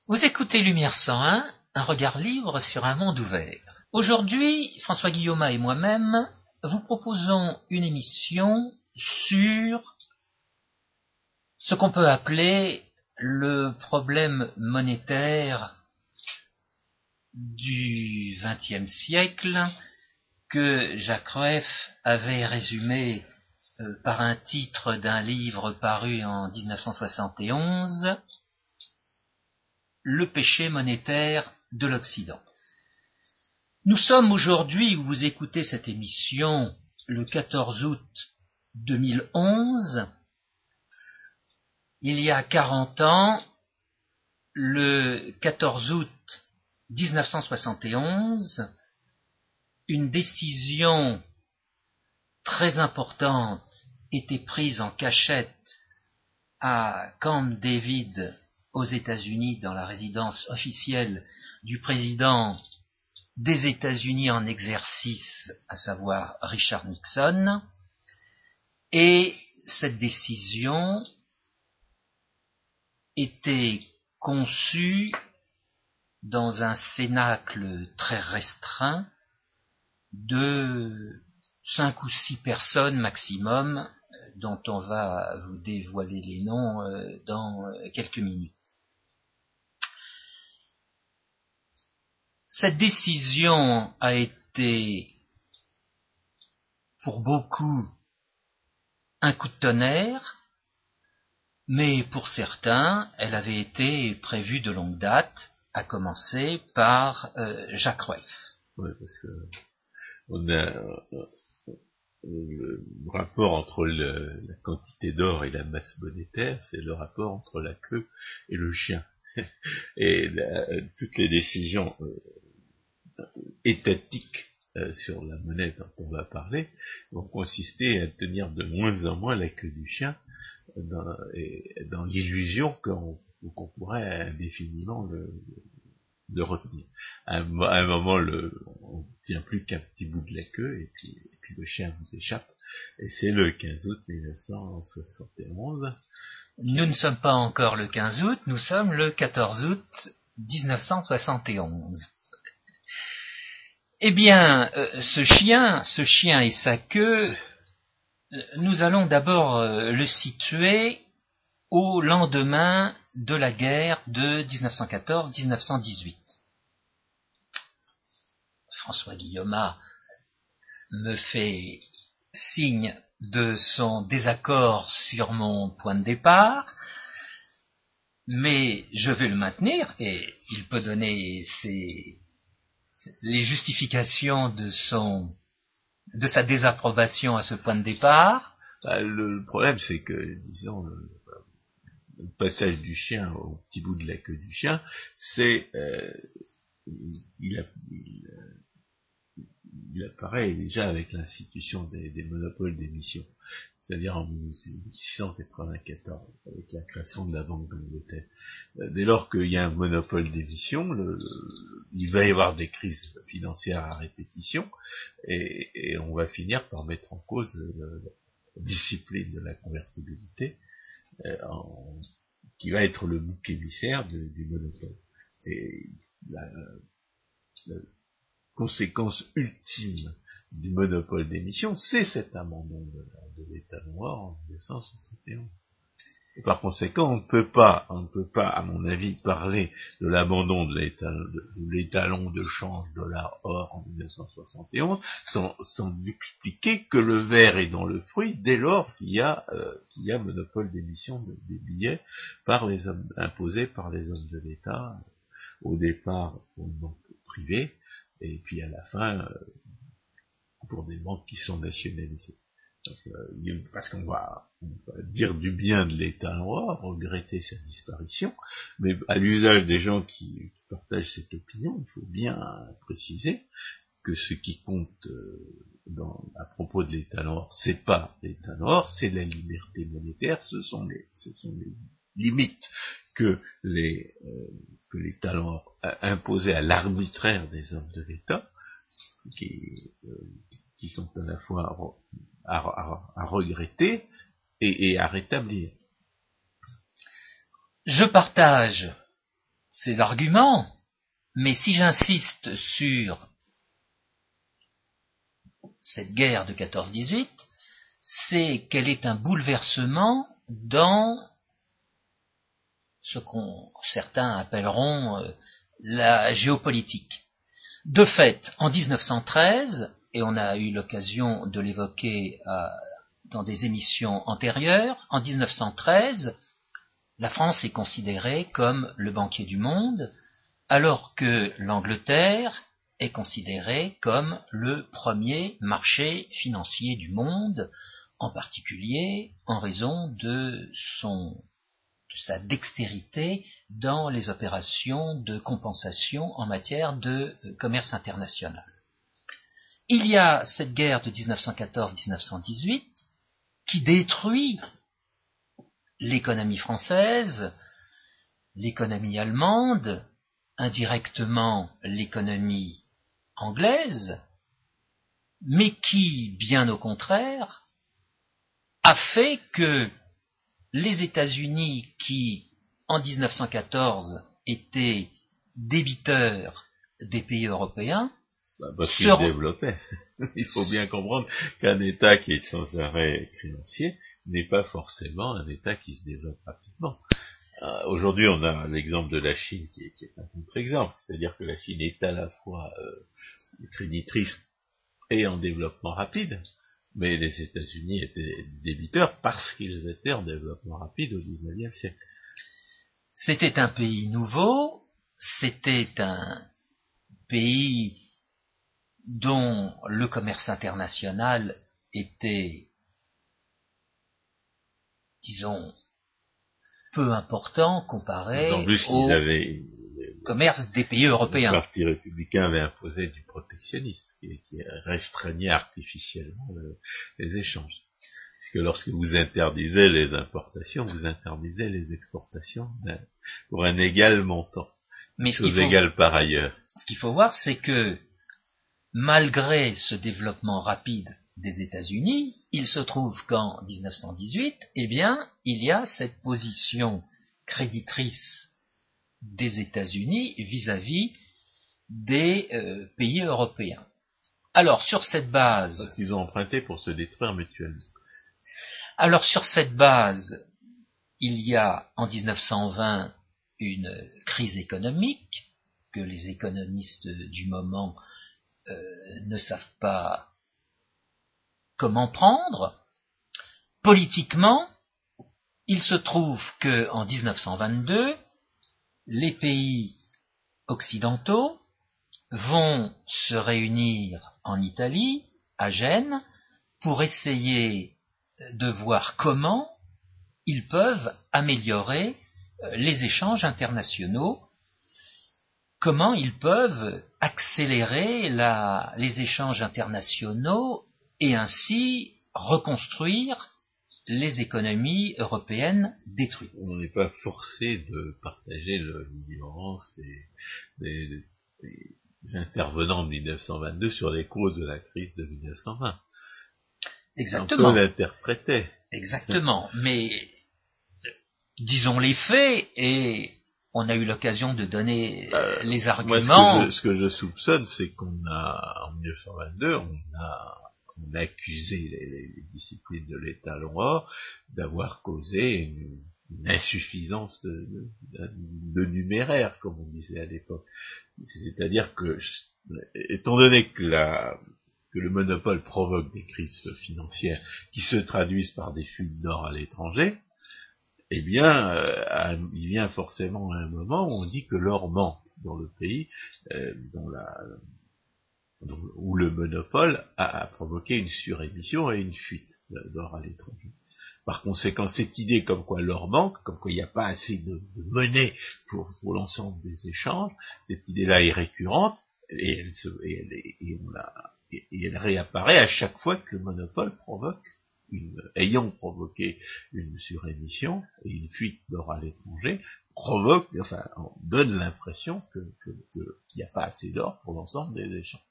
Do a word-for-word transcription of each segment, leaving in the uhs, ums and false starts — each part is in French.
Vous écoutez Lumière cent un, un regard libre sur un monde ouvert. Aujourd'hui, François Guillaume et moi-même vous proposons une émission sur ce qu'on peut appeler le problème monétaire du vingtième siècle, que Jacques Rueff avait résumé euh, par un titre d'un livre paru en dix-neuf cent soixante et onze, Le péché monétaire de l'Occident. Nous sommes aujourd'hui, où vous écoutez cette émission, le quatorze août deux mille onze. Il y a quarante ans, le quatorze août dix-neuf cent soixante et onze, une décision très importante était prise en cachette à Camp David, aux États-Unis, dans la résidence officielle du président des États-Unis en exercice, à savoir Richard Nixon. Et cette décision était conçue dans un cénacle très restreint de cinq ou six personnes maximum, dont on va vous dévoiler les noms dans quelques minutes. Cette décision a été, pour beaucoup, un coup de tonnerre, mais pour certains, elle avait été prévue de longue date, à commencer par euh, Jacques Rueff. Oui, parce que on a le rapport entre le, la quantité d'or et la masse monétaire, c'est le rapport entre la queue et le chien. Et la, toutes les décisions euh, étatiques euh, sur la monnaie dont on va parler vont consister à tenir de moins en moins la queue du chien dans, et, dans l'illusion qu'on, qu'on pourrait indéfiniment le, le retenir. À un, à un moment, le, on ne tient plus qu'un petit bout de la queue et puis, et puis le chien vous échappe. Et c'est le quinze août mille neuf cent soixante et onze. Nous ne sommes pas encore le quinze août, nous sommes le quatorze août dix-neuf cent soixante et onze. Eh bien, euh, ce chien, ce chien et sa queue, euh, nous allons d'abord euh, le situer au lendemain de la guerre de dix-neuf cent quatorze dix-neuf cent dix-huit. François Guillaume me fait signe de son désaccord sur mon point de départ, mais je vais le maintenir et il peut donner ses, les justifications de son, de sa désapprobation à ce point de départ. Bah, le, le problème, c'est que, disons, le, le passage du chien au petit bout de la queue du chien, c'est, euh, il, a, il, il apparaît déjà avec l'institution des, des monopoles d'émission, c'est-à-dire en mille six cent quatre-vingt-quatorze, avec la création de la Banque d'Angleterre. Dès lors qu'il y a un monopole d'émission, le, le, il va y avoir des crises financières à répétition, et, et on va finir par mettre en cause le, la discipline de la convertibilité, euh, en, qui va être le bouc émissaire de, du monopole. Et la, la conséquence ultime du monopole d'émission, c'est cet amendement de, de l'étalon-or en mille neuf cent soixante et onze. Et par conséquent, on ne peut pas, on ne peut pas, à mon avis, parler de l'abandon de l'étalon de, de, l'étalon de change dollar-or en mille neuf cent soixante et onze sans, sans expliquer que le verre est dans le fruit dès lors qu'il y a, euh, qu'il y a monopole d'émission de, des billets par les hommes, imposés par les hommes de l'État, euh, au départ pour une banque privée, et puis à la fin euh, pour des banques qui sont nationalisées. Donc, euh, parce qu'on va, on va dire du bien de l'étalon-or, regretter sa disparition, mais à l'usage des gens qui, qui partagent cette opinion, il faut bien préciser que ce qui compte euh, dans, à propos de l'étalon-or, c'est pas l'étalon-or, c'est la liberté monétaire, ce sont les, ce sont les limites que les euh, que l'étalon-or a imposées à l'arbitraire des hommes de l'État, qui, euh, qui sont à la fois à, à, à regretter et, et à rétablir. Je partage ces arguments, mais si j'insiste sur cette guerre de quatorze dix-huit, c'est qu'elle est un bouleversement dans ce qu'on certains appelleront euh, la géopolitique. De fait, en dix-neuf cent treize, et on a eu l'occasion de l'évoquer euh, dans des émissions antérieures, en dix-neuf cent treize, la France est considérée comme le banquier du monde, alors que l'Angleterre est considérée comme le premier marché financier du monde, en particulier en raison de son de sa dextérité dans les opérations de compensation en matière de commerce international. Il y a cette guerre de dix-neuf cent quatorze à dix-neuf cent dix-huit qui détruit l'économie française, l'économie allemande, indirectement l'économie anglaise, mais qui, bien au contraire, a fait que les États-Unis, qui, en dix-neuf cent quatorze, étaient débiteurs des pays européens, bah parce qu'ils se développaient. Il faut bien comprendre qu'un État qui est sans arrêt créancier n'est pas forcément un État qui se développe rapidement. Euh, aujourd'hui, on a l'exemple de la Chine qui est, qui est un contre-exemple, c'est-à-dire que la Chine est à la fois euh, créditrice et en développement rapide, mais les États-Unis étaient débiteurs parce qu'ils étaient en développement rapide au dix-neuvième siècle. C'était un pays nouveau, c'était un pays dont le commerce international était, disons, peu important comparé en plus, au avaient, commerce des pays européens. Le parti républicain avait imposé du protectionnisme qui, qui restreignait artificiellement le, les échanges. Puisque lorsque vous interdisez les importations, vous interdisez les exportations pour un égal montant. Mais chose faut, égale par ailleurs. Ce qu'il faut voir, c'est que malgré ce développement rapide des États-Unis, il se trouve qu'en dix-neuf cent dix-huit, eh bien, il y a cette position créditrice des États-Unis vis-à-vis des euh, pays européens. Alors, sur cette base... Parce qu'ils ont emprunté pour se détruire mutuellement. Alors, sur cette base, il y a en dix-neuf cent vingt une crise économique que les économistes du moment euh, ne savent pas comment prendre. Politiquement, il se trouve qu'en dix-neuf cent vingt-deux, les pays occidentaux vont se réunir en Italie, à Gênes, pour essayer de voir comment ils peuvent améliorer les échanges internationaux, comment ils peuvent accélérer la, les échanges internationaux et ainsi reconstruire les économies européennes détruites. On n'est pas forcé de partager l'ignorance des, des, des intervenants de dix-neuf cent vingt-deux sur les causes de la crise de mille neuf cent vingt. Exactement. On peut l'interpréter. Exactement. Mais disons les faits, et on a eu l'occasion de donner euh, les arguments. Moi, ce que je, ce que je soupçonne, c'est qu'on a, en mille neuf cent vingt-deux, on a, on a accusé les, les disciplines de l'État hongrois d'avoir causé une, une insuffisance de, de, de numéraire, comme on disait à l'époque. C'est-à-dire que, étant donné que la, que le monopole provoque des crises financières qui se traduisent par des fuites d'or à l'étranger, eh bien, euh, il vient forcément un moment où on dit que l'or manque dans le pays, euh, dans la, dans, où le monopole a, a provoqué une surémission et une fuite d'or à l'étranger. Par conséquent, cette idée comme quoi l'or manque, comme quoi il n'y a pas assez de, de monnaie pour, pour l'ensemble des échanges, cette idée-là est récurrente et elle, se, et, elle, et, on la, et, et elle réapparaît à chaque fois que le monopole provoque Une, ayant provoqué une surémission et une fuite d'or à l'étranger, provoque, enfin, donne l'impression que, que, que, qu'il n'y a pas assez d'or pour l'ensemble des échanges.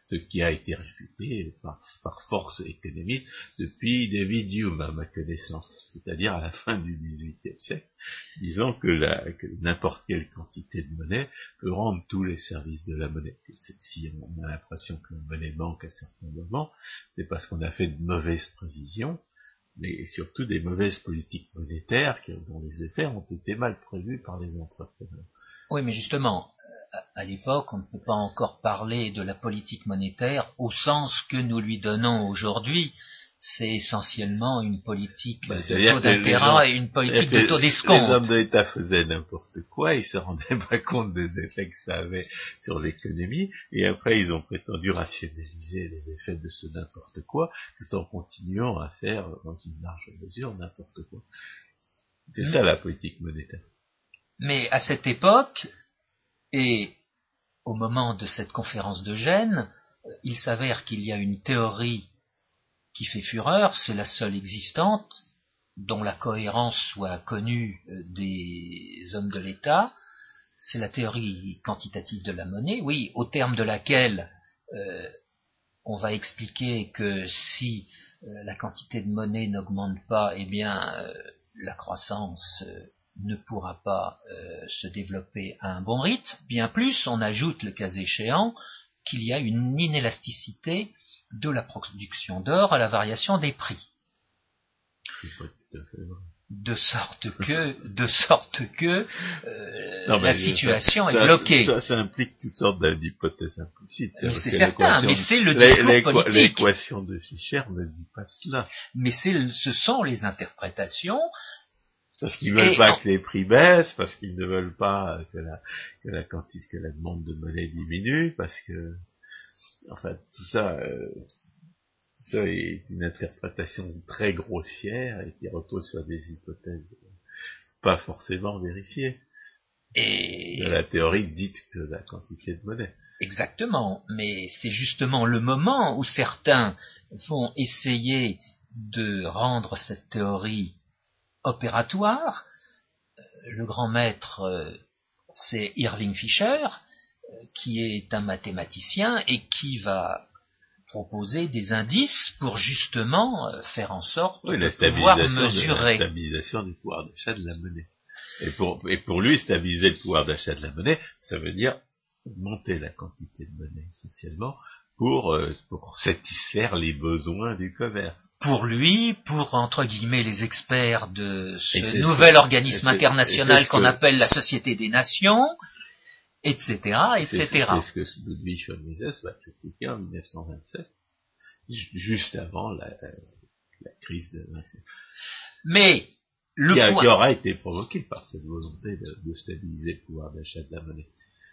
ce qui a été réfuté par, par force économique depuis David Hume, à ma connaissance, c'est-à-dire à la fin du dix-huitième siècle, disant que, la, que n'importe quelle quantité de monnaie peut rendre tous les services de la monnaie. Si on a l'impression que la monnaie manque à certains moments, c'est parce qu'on a fait de mauvaises prévisions, mais surtout des mauvaises politiques monétaires dont les effets ont été mal prévus par les entrepreneurs. Oui, mais justement, à l'époque, on ne peut pas encore parler de la politique monétaire au sens que nous lui donnons aujourd'hui. C'est essentiellement une politique bah, de taux d'intérêt et une politique de taux d'escompte. Les hommes de l'État faisaient n'importe quoi, ils se rendaient pas compte des effets que ça avait sur l'économie, et après ils ont prétendu rationaliser les effets de ce n'importe quoi, tout en continuant à faire, dans une large mesure, n'importe quoi. C'est mais, ça la politique monétaire. Mais à cette époque, et au moment de cette conférence de Gênes, il s'avère qu'il y a une théorie qui fait fureur, c'est la seule existante, dont la cohérence soit connue des hommes de l'État, c'est la théorie quantitative de la monnaie, oui, au terme de laquelle euh, on va expliquer que si euh, la quantité de monnaie n'augmente pas, eh bien euh, la croissance euh, ne pourra pas euh, se développer à un bon rythme. Bien plus, on ajoute, le cas échéant, qu'il y a une inélasticité de la production d'or à la variation des prix. De sorte que, de sorte que euh, non, la situation ça, est bloquée. Ça, ça implique toutes sortes d'hypothèses implicites. Mais c'est certain, mais c'est le discours politique. L'équation de Fischer ne dit pas cela. Mais c'est, ce sont les interprétations. Parce qu'ils veulent pas en... que les prix baissent, parce qu'ils ne veulent pas que la, que la quantité, que la demande de monnaie diminue, parce que, enfin, tout ça, euh, tout ça est une interprétation très grossière et qui repose sur des hypothèses pas forcément vérifiées. Et de la théorie dite de la quantité de monnaie. Exactement, mais c'est justement le moment où certains vont essayer de rendre cette théorie opératoire. Le grand maître, c'est Irving Fisher, qui est un mathématicien et qui va proposer des indices pour justement faire en sorte oui, de pouvoir mesurer de la stabilisation du pouvoir d'achat de la monnaie. Et pour, et pour lui, stabiliser le pouvoir d'achat de la monnaie, ça veut dire augmenter la quantité de monnaie essentiellement pour, euh, pour satisfaire les besoins du commerce. Pour lui, pour entre guillemets les experts de ce nouvel ce, organisme international qu'on que, appelle la Société des Nations, et cetera, et cetera. C'est, c'est ce que Ludwig von Mises va critiquer en dix-neuf cent vingt-sept, juste avant la, la, la crise de... Mais le qui, a, point... qui aura été provoquée par cette volonté de, de stabiliser le pouvoir d'achat de la monnaie.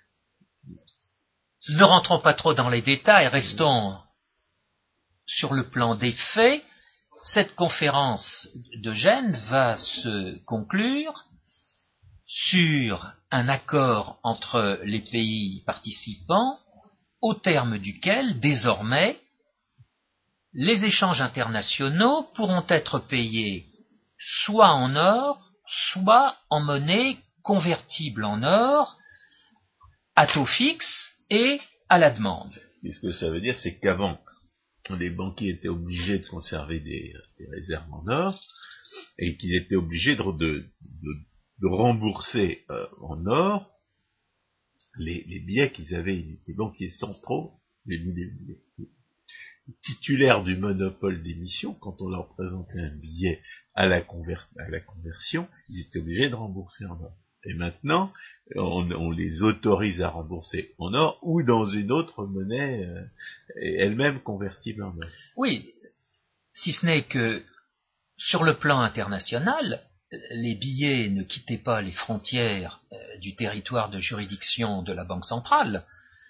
Ne rentrons pas trop dans les détails, restons sur le plan des faits. Cette conférence de Gênes va se conclure sur un accord entre les pays participants, au terme duquel, désormais, les échanges internationaux pourront être payés soit en or, soit en monnaie convertible en or, à taux fixe et à la demande. Et ce que ça veut dire, c'est qu'avant, les banquiers étaient obligés de conserver des, des réserves en or, et qu'ils étaient obligés de, de, de, de rembourser euh, en or les, les billets qu'ils avaient émis. Les banquiers centraux, les, les, les, les titulaires du monopole d'émission, quand on leur présentait un billet à la, conver, à la conversion, ils étaient obligés de rembourser en or. Et maintenant, on, on les autorise à rembourser en or ou dans une autre monnaie euh, elle-même convertible en or. Oui, si ce n'est que sur le plan international, les billets ne quittaient pas les frontières euh, du territoire de juridiction de la Banque centrale.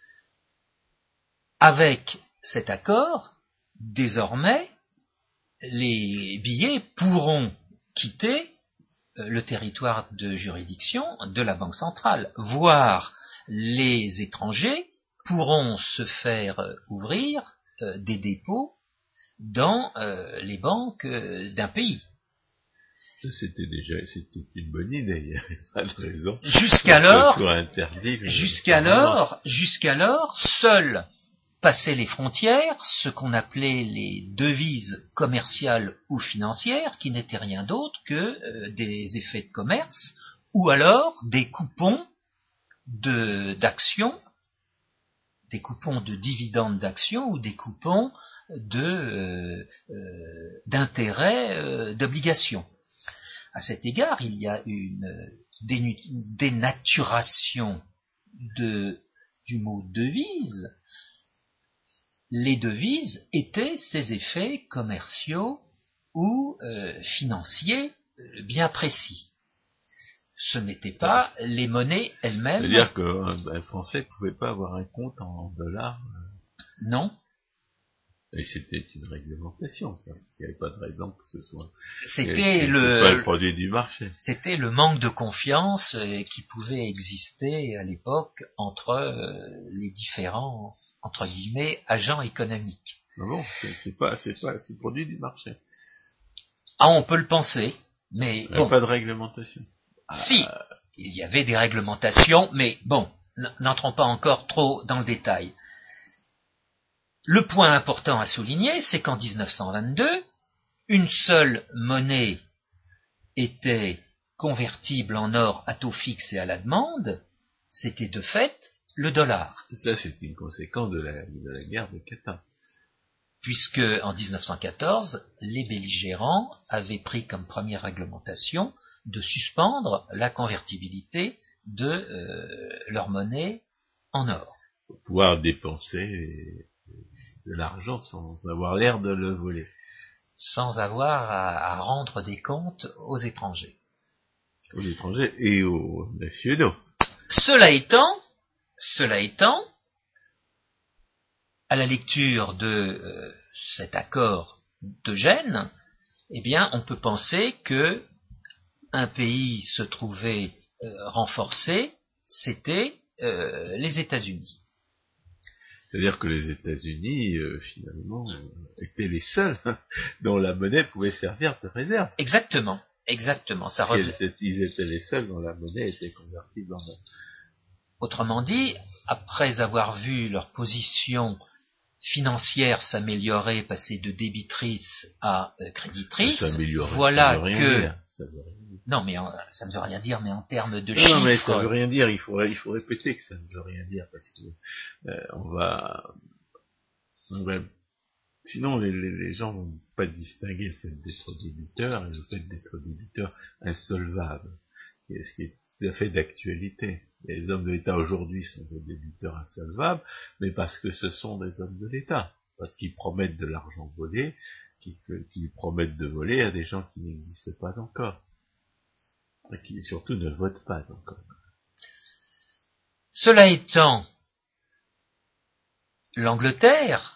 Avec cet accord, désormais, les billets pourront quitter le territoire de juridiction de la Banque centrale, voire les étrangers pourront se faire ouvrir euh, des dépôts dans euh, les banques euh, d'un pays. Ça, c'était déjà, c'était une bonne idée, il n'y avait pas de raison. Jusqu'alors, que ce soit interdit, jusqu'alors, jusqu'alors, seuls passaient les frontières ce qu'on appelait les devises commerciales ou financières, qui n'étaient rien d'autre que euh, des effets de commerce, ou alors des coupons de, d'actions, des coupons de dividendes d'actions ou des coupons de, euh, euh, d'intérêts euh, d'obligations. À cet égard, il y a une dénaturation de, du mot devise. Les devises étaient ces effets commerciaux ou euh, financiers euh, bien précis. Ce n'étaient pas les monnaies elles-mêmes. C'est-à-dire qu'un Français ne pouvait pas avoir un compte en dollars. Non. Et c'était une réglementation. Il n'y avait pas de raison que ce soit, c'était que le, ce soit le produit du marché. C'était le manque de confiance euh, qui pouvait exister à l'époque entre euh, les différents, entre guillemets, agents économiques. Non, non, c'est, c'est pas, c'est pas, c'est le produit du marché. Ah, on peut le penser, mais Il n'y bon. a pas de réglementation. Si, euh... il y avait des réglementations, mais bon, n'entrons pas encore trop dans le détail. Le point important à souligner, c'est qu'en dix-neuf cent vingt-deux, une seule monnaie était convertible en or à taux fixe et à la demande, c'était de fait le dollar. Ça, c'est une conséquence de la, de la guerre de Qatar. Puisque en dix-neuf cent quatorze, les belligérants avaient pris comme première réglementation de suspendre la convertibilité de euh, leur monnaie en or. Pour pouvoir dépenser de l'argent sans avoir l'air de le voler. Sans avoir à, à rendre des comptes aux étrangers. Aux étrangers et aux nationaux. Cela étant, cela étant, à la lecture de euh, cet accord de Gênes, eh bien, on peut penser que un pays se trouvait euh, renforcé, c'était euh, les États-Unis. C'est-à-dire que les États-Unis, euh, finalement, euh, étaient les seuls dont la monnaie pouvait servir de réserve. Exactement, exactement. Ça si revient... étaient, ils étaient les seuls dont la monnaie était convertible en or. Autrement dit, après avoir vu leur position financière s'améliorer, passer de débitrice à euh, créditrice, voilà ça que... Ça veut rien dire. Non, mais en, ça ne veut rien dire, mais en termes de non, chiffres... Non, mais ça ne veut rien dire, il faut, il faut répéter que ça ne veut rien dire, parce que euh, on va... On va sinon, les, les, les gens vont pas distinguer le fait d'être débiteur et le fait d'être débiteur insolvable, et ce qui est tout à fait d'actualité. Et les hommes de l'État aujourd'hui sont des débiteurs insolvables, mais parce que ce sont des hommes de l'État, parce qu'ils promettent de l'argent volé, qu'ils, qu'ils promettent de voler à des gens qui n'existent pas encore, et qui surtout ne votent pas encore. Cela étant, l'Angleterre,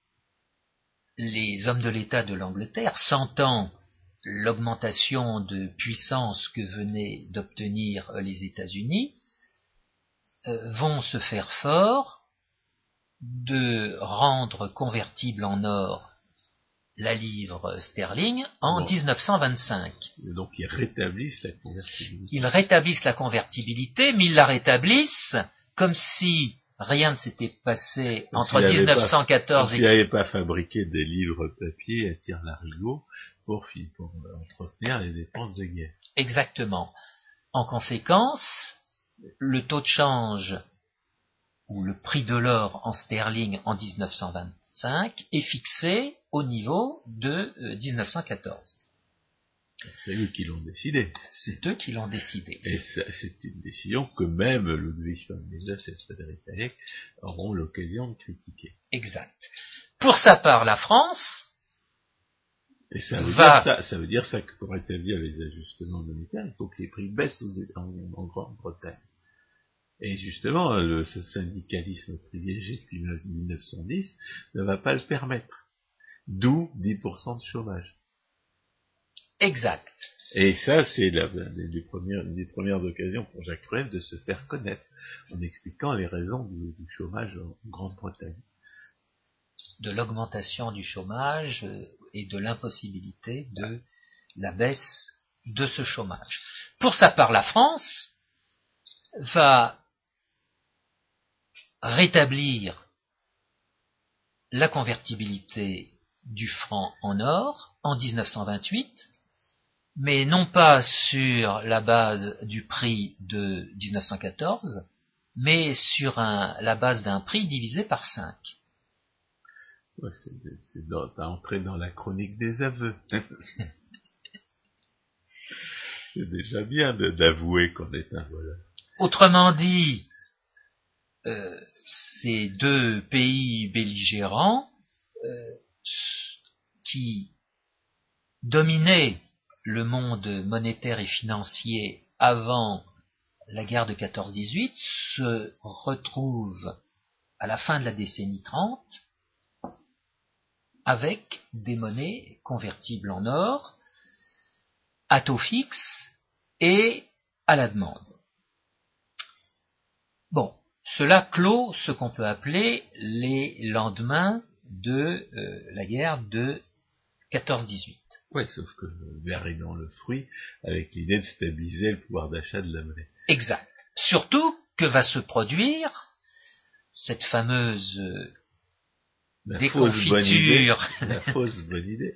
les hommes de l'État de l'Angleterre, sentant l'augmentation de puissance que venaient d'obtenir les États-Unis, euh, vont se faire fort de rendre convertible en or la livre sterling en bon. dix-neuf cent vingt-cinq. Et donc ils rétablissent la convertibilité. Ils rétablissent la convertibilité, mais ils la rétablissent comme si rien ne s'était passé comme entre dix-neuf cent quatorze pas, et... S'ils n'avaient pas fabriqué des livres papier à tire-larigot pour, pour entretenir les dépenses de guerre. Exactement. En conséquence, le taux de change ou le prix de l'or en sterling en dix-neuf cent vingt-cinq est fixé au niveau de euh, dix-neuf cent quatorze. C'est eux qui l'ont décidé. C'est eux qui l'ont décidé. Et ça, c'est une décision que même Ludwig von Mises et Frédéric Hayek auront l'occasion de critiquer. Exact. Pour sa part, la France et ça veut, va... dire ça, ça veut dire ça que pour établir les ajustements monétaires, il faut que les prix baissent aux, en, en Grande-Bretagne. Et justement, le, ce syndicalisme privilégié depuis mille neuf cent dix ne va pas le permettre. D'où dix pour cent de chômage. Exact. Et ça, c'est la, une des premières, une des premières occasions pour Jacques Rueff de se faire connaître, en expliquant les raisons du, du chômage en Grande-Bretagne. De l'augmentation du chômage et de l'impossibilité de la baisse de ce chômage. Pour sa part, la France va rétablir la convertibilité du franc en or en dix-neuf cent vingt-huit, mais non pas sur la base du prix de dix-neuf cent quatorze, mais sur un, la base d'un prix divisé par cinq. Ouais, c'est, c'est dans, t'as entré dans la chronique des aveux. C'est déjà bien de, d'avouer qu'on est un voleur. Autrement dit, euh, ces deux pays belligérants euh, qui dominaient le monde monétaire et financier avant la guerre de quatorze dix-huit se retrouvent à la fin de la décennie trente avec des monnaies convertibles en or à taux fixe et à la demande. Bon, cela clôt ce qu'on peut appeler les lendemains de euh, la guerre de quatorze dix-huit. Oui, sauf que le verre est dans le fruit, avec l'idée de stabiliser le pouvoir d'achat de la monnaie. Exact. Surtout que va se produire cette fameuse euh, la déconfiture. Fausse bonne idée. La fausse bonne idée.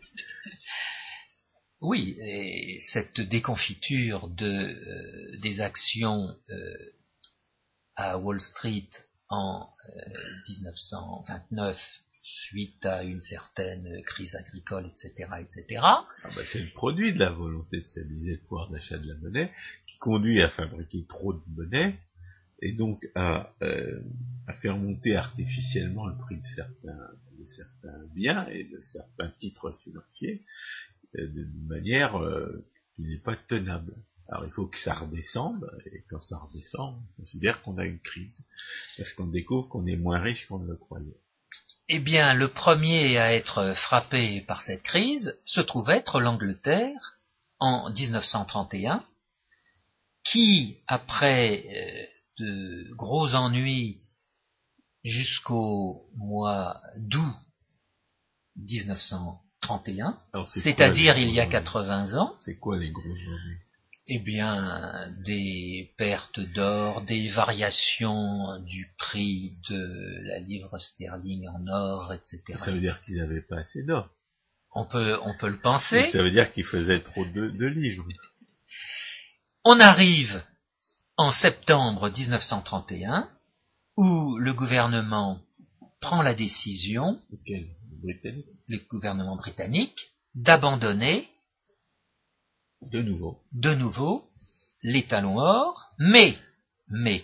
Oui, et cette déconfiture de, euh, des actions euh, à Wall Street en euh, dix-neuf cent vingt-neuf suite à une certaine crise agricole, et cetera, et cetera. Ah ben c'est le produit de la volonté de stabiliser le pouvoir d'achat de la monnaie qui conduit à fabriquer trop de monnaie et donc à, euh, à faire monter artificiellement le prix de certains, de certains biens et de certains titres financiers euh, d'une manière euh, qui n'est pas tenable. Alors il faut que ça redescende, et quand ça redescend, on considère qu'on a une crise, parce qu'on découvre qu'on est moins riche qu'on ne le croyait. Eh bien, le premier à être frappé par cette crise se trouve être l'Angleterre en dix-neuf cent trente et un, qui, après euh, de gros ennuis jusqu'au mois d'août dix-neuf cent trente et un, Alors, c'est c'est-à-dire quoi, il y a quatre-vingts ans. C'est quoi les gros ennuis? Eh bien, des pertes d'or, des variations du prix de la livre sterling en or, et cetera. Ça veut dire qu'ils n'avaient pas assez d'or. On peut, on peut le penser. Et ça veut dire qu'ils faisaient trop de, de livres. On arrive en septembre dix-neuf cent trente et un, où le gouvernement prend la décision, Lequel? Le britannique? le gouvernement britannique, d'abandonner De nouveau. De nouveau, les talons or, mais, mais,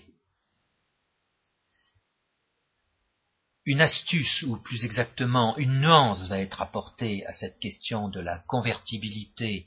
une astuce, ou plus exactement, une nuance va être apportée à cette question de la convertibilité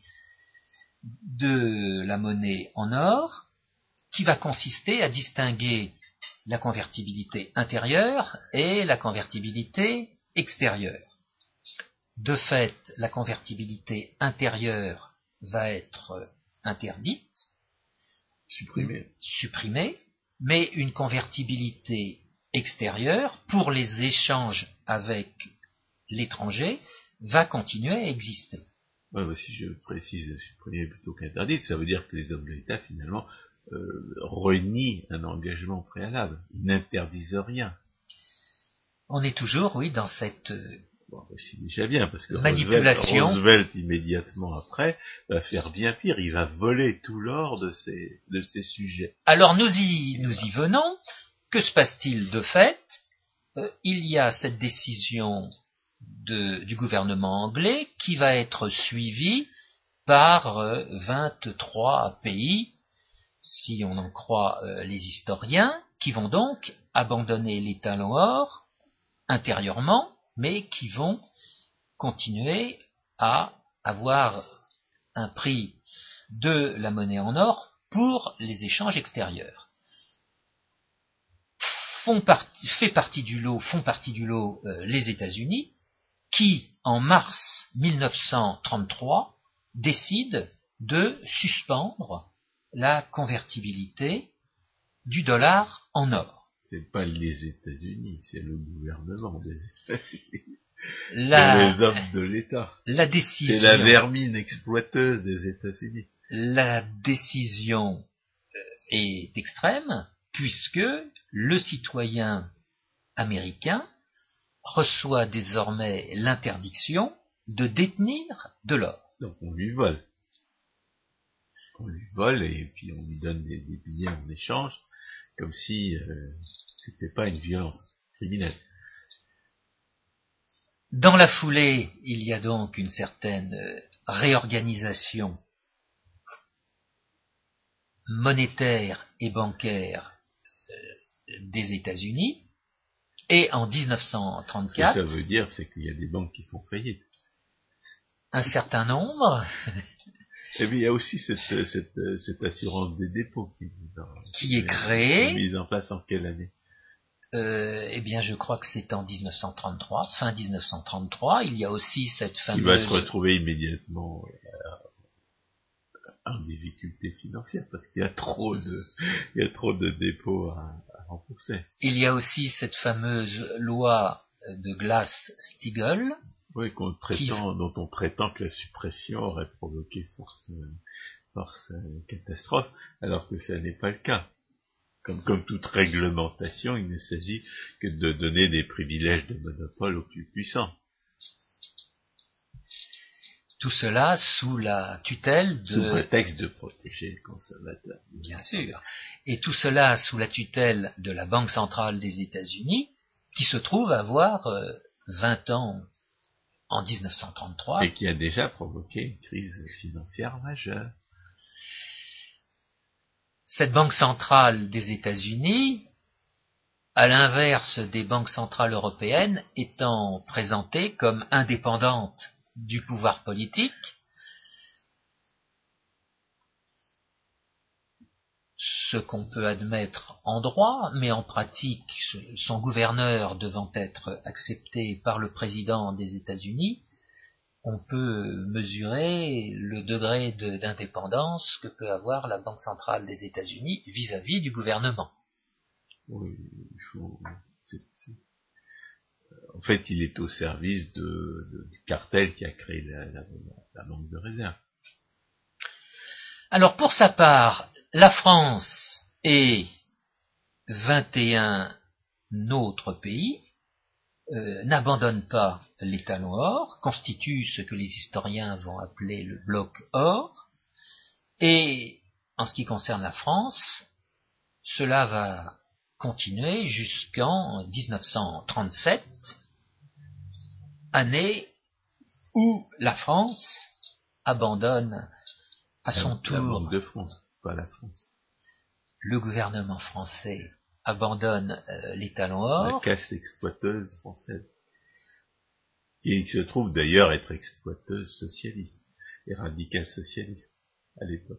de la monnaie en or, qui va consister à distinguer la convertibilité intérieure et la convertibilité extérieure. De fait, la convertibilité intérieure va être interdite, supprimée. supprimée, mais une convertibilité extérieure pour les échanges avec l'étranger va continuer à exister. Ouais, bah, si je précise supprimée plutôt qu'interdite, ça veut dire que les hommes de l'État finalement euh, renient un engagement préalable. Ils n'interdisent rien. On est toujours, oui, dans cette Bon, c'est déjà bien, parce que manipulation. Roosevelt, Roosevelt, immédiatement après, va faire bien pire. Il va voler tout l'or de ses, de ses sujets. Alors, nous y, nous y venons. Que se passe-t-il de fait? euh, Il y a cette décision de, du gouvernement anglais qui va être suivie par euh, vingt-trois pays, si on en croit euh, les historiens, qui vont donc abandonner les talons or intérieurement, mais qui vont continuer à avoir un prix de la monnaie en or pour les échanges extérieurs. Font partie, fait partie du lot, font partie du lot euh, les États-Unis, qui, en mars mille neuf cent trente-trois, décident de suspendre la convertibilité du dollar en or. C'est pas les États-Unis, c'est le gouvernement des États-Unis. La, les hommes de l'État. La décision. C'est la vermine exploiteuse des États-Unis. La décision est extrême, puisque le citoyen américain reçoit désormais l'interdiction de détenir de l'or. Donc on lui vole. On lui vole et puis on lui donne des, des billets en échange, comme si euh, c'était pas une violence criminelle. Dans la foulée, il y a donc une certaine réorganisation monétaire et bancaire des États-Unis, et en dix-neuf cent trente-quatre... Ce que ça veut dire, c'est qu'il y a des banques qui font faillite. Un certain nombre... Et puis il y a aussi cette, cette, cette assurance des dépôts qui, dans, qui est créée... mise en place en quelle année? Euh, eh bien, je crois que c'est en dix-neuf cent trente-trois, fin dix-neuf cent trente-trois. Il y a aussi cette fameuse... Il va se retrouver immédiatement euh, en difficulté financière parce qu'il y a trop de, il y a trop de dépôts à, à rembourser. Il y a aussi cette fameuse loi de Glass-Steagall. Oui, qu'on prétend, qui... dont on prétend que la suppression aurait provoqué force, force catastrophe, alors que ça n'est pas le cas. Comme, comme toute réglementation, il ne s'agit que de donner des privilèges de monopole aux plus puissants. Tout cela sous la tutelle de... Sous prétexte de protéger le consommateur. Bien sûr. Et tout cela sous la tutelle de la Banque centrale des États-Unis, qui se trouve avoir euh, vingt ans en dix-neuf cent trente-trois. Et qui a déjà provoqué une crise financière majeure. Cette banque centrale des États-Unis, à l'inverse des banques centrales européennes, étant présentée comme indépendante du pouvoir politique, ce qu'on peut admettre en droit, mais en pratique, son gouverneur devant être accepté par le président des États-Unis, on peut mesurer le degré de, d'indépendance que peut avoir la Banque centrale des États-Unis vis-à-vis du gouvernement. Oui, il faut... C'est, c'est... En fait, il est au service de, de, du cartel qui a créé la, la, la banque de réserve. Alors, pour sa part, la France et vingt et un autres pays Euh, n'abandonne pas l'étalon or, constitue ce que les historiens vont appeler le bloc or, et en ce qui concerne la France, cela va continuer jusqu'en dix-neuf cent trente-sept, année où la France abandonne à son la, tour... La Banque de France, pas la France. Le gouvernement français abandonne euh, l'étalon or. La caste exploiteuse française, qui se trouve d'ailleurs être exploiteuse socialiste et radicale socialiste à l'époque.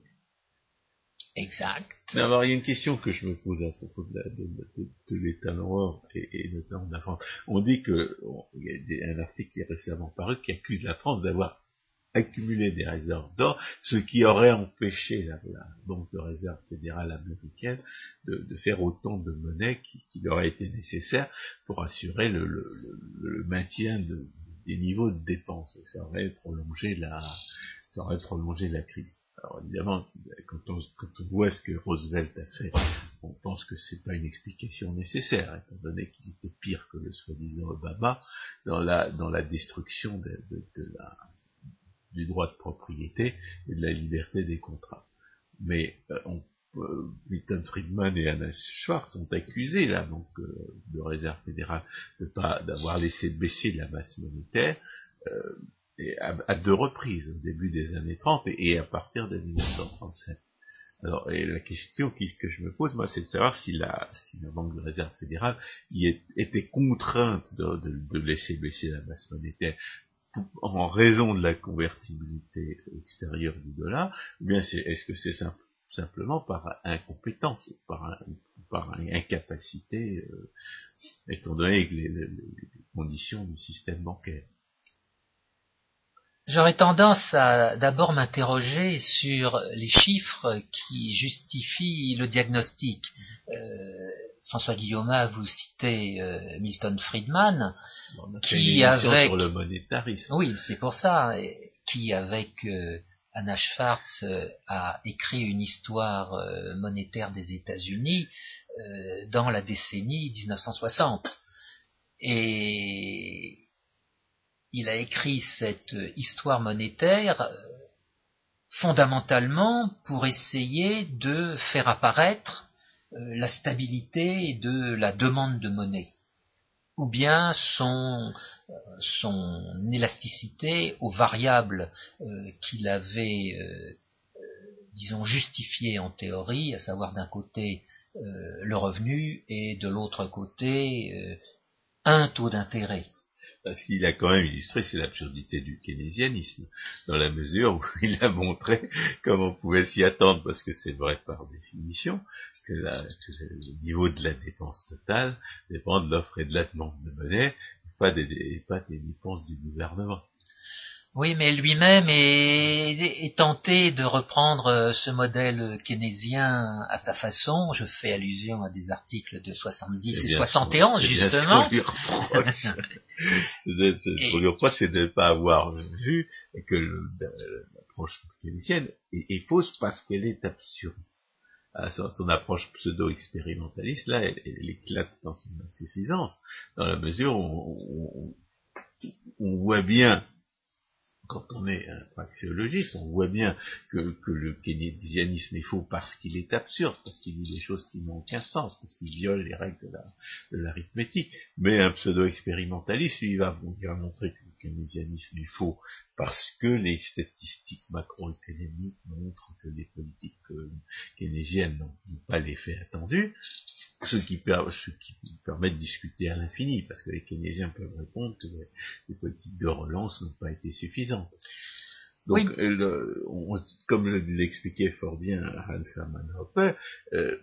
Exact. Mais alors il y a une question que je me pose à propos de, la, de, de, de l'étalon or et, et notamment de la France. On dit que on, il y a des, un article qui est récemment paru qui accuse la France d'avoir accumuler des réserves d'or, ce qui aurait empêché la, la Banque de réserve fédérale américaine de, de faire autant de monnaie qu'il aurait été nécessaire pour assurer le, le, le, le maintien de, des niveaux de dépenses. Et ça aurait prolongé la, ça aurait prolongé la crise. Alors évidemment, quand on, quand on voit ce que Roosevelt a fait, on pense que c'est pas une explication nécessaire, étant donné qu'il était pire que le soi-disant Obama dans la, dans la destruction de, de, de la du droit de propriété et de la liberté des contrats. Mais euh, on, euh, Milton Friedman et Anna Schwartz sont accusés là donc euh, de réserve fédérale de pas d'avoir laissé baisser la masse monétaire euh, et à, à deux reprises au début des années trente et, et à partir de dix-neuf cent trente-sept. Alors et la question qui, que je me pose moi c'est de savoir si la si la Banque de réserve fédérale y est, était contrainte de, de, de laisser baisser la masse monétaire en raison de la convertibilité extérieure du dollar, ou bien c'est, est-ce que c'est simple, simplement par incompétence, par, un, par incapacité, euh, étant donné les, les, les conditions du système bancaire. J'aurais tendance à d'abord m'interroger sur les chiffres qui justifient le diagnostic. Euh, François Guillaume, vous citez euh, Milton Friedman, bon, qui avec sur le monétarisme. Oui, c'est pour ça, qui avec euh, Anna Schwartz euh, a écrit une histoire euh, monétaire des États-Unis euh, dans la décennie dix-neuf cent soixante. Et il a écrit cette histoire monétaire fondamentalement pour essayer de faire apparaître la stabilité de la demande de monnaie, ou bien son, son élasticité aux variables euh, qu'il avait, euh, disons, justifiées en théorie, à savoir d'un côté euh, le revenu et de l'autre côté euh, un taux d'intérêt. Ce qu'il a quand même illustré, c'est l'absurdité du keynésianisme, dans la mesure où il a montré comment on pouvait s'y attendre, parce que c'est vrai par définition, que, la, que le niveau de la dépense totale dépend de l'offre et de la demande de monnaie, et pas des, et pas des dépenses du gouvernement. Oui, mais lui-même est, est tenté de reprendre ce modèle keynésien à sa façon. Je fais allusion à des articles de soixante-dix et soixante et onze, justement. Ce qu'on lui reproche, c'est de ne pas avoir vu que l'approche keynésienne est, est fausse parce qu'elle est absurde. Son, son approche pseudo-expérimentaliste, là, elle, elle éclate dans son insuffisance, dans la mesure où on, on, on voit bien, quand on est un praxéologiste, on voit bien que, que le keynésianisme est faux parce qu'il est absurde, parce qu'il dit des choses qui n'ont aucun sens, parce qu'il viole les règles de, la, de l'arithmétique. Mais un pseudo-expérimentaliste, lui, il va, il va montrer que le keynésianisme est faux parce que les statistiques macroéconomiques montrent que les politiques euh, keynésiennes n'ont, n'ont pas l'effet attendu, ce qui, per, ce qui permet de discuter à l'infini, parce que les keynésiens peuvent répondre que les, les politiques de relance n'ont pas été suffisantes. Donc, oui. le, on, comme l'expliquait fort bien Hans Hermann Hoppe, euh,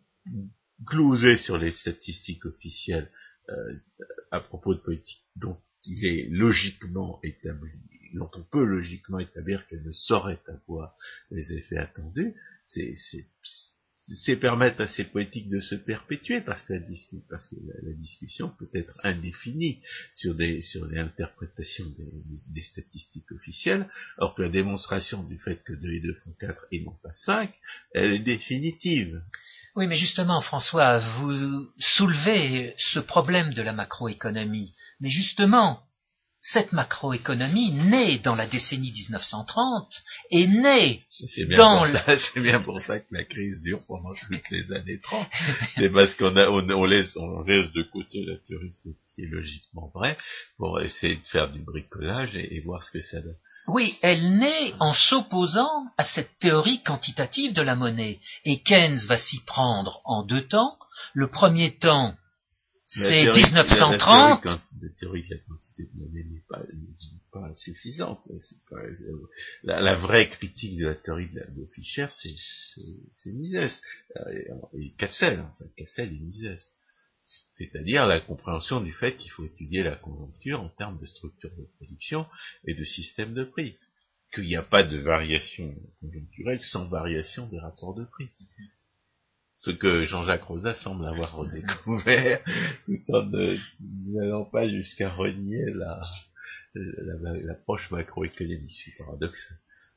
gloser sur les statistiques officielles euh, à propos de politiques dont il est logiquement établi, dont on peut logiquement établir qu'elles ne sauraient avoir les effets attendus, c'est, c'est, c'est permettre à ces politiques de se perpétuer, parce que la, discu- parce que la, la discussion peut être indéfinie sur des, sur des interprétations des, des, des statistiques officielles, alors que la démonstration du fait que deux et deux font quatre et non pas cinq, elle est définitive. Oui, mais justement, François, vous soulevez ce problème de la macroéconomie. Mais justement, cette macroéconomie naît dans la décennie dix-neuf cent trente et naît c'est bien dans... Pour ça, c'est bien pour ça que la crise dure pendant toutes les années trente. C'est parce qu'on a, on, on, laisse, on laisse de côté la théorie qui est logiquement vraie pour essayer de faire du bricolage et, et voir ce que ça donne. Oui, elle naît en s'opposant à cette théorie quantitative de la monnaie. Et Keynes va s'y prendre en deux temps. Le premier temps, c'est dix-neuf cent trente. La, la théorie de la quantité de monnaie n'est pas, n'est pas suffisante. C'est pas, c'est, la, la vraie critique de la théorie de, la, de Fischer, c'est, c'est, c'est Mises. Et, et Cassel, en fait. Cassel et Mises. C'est-à-dire la compréhension du fait qu'il faut étudier la conjoncture en termes de structure de production et de système de prix. Qu'il n'y a pas de variation conjoncturelle sans variation des rapports de prix. Ce que Jean-Jacques Rosa semble avoir redécouvert, tout en n'allant pas jusqu'à renier la, la, la, l'approche macroéconomique. C'est paradoxal.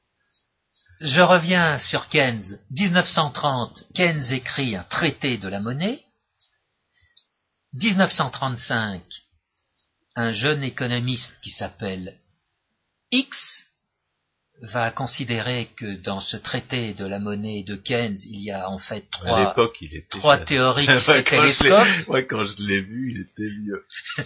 Je reviens sur Keynes. dix-neuf cent trente, Keynes écrit un traité de la monnaie. dix-neuf cent trente-cinq, un jeune économiste qui s'appelle X va considérer que dans ce traité de la monnaie de Keynes, il y a en fait trois, il était trois théories qui se télescopent. Ouais, quand je l'ai vu, il était mieux.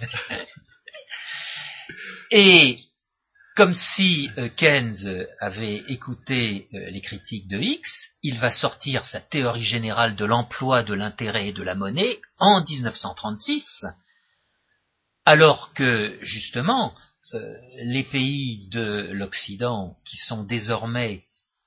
Et comme si euh, Keynes avait écouté euh, les critiques de X, il va sortir sa théorie générale de l'emploi, de l'intérêt et de la monnaie en dix-neuf cent trente-six, alors que, justement, euh, les pays de l'Occident, qui sont désormais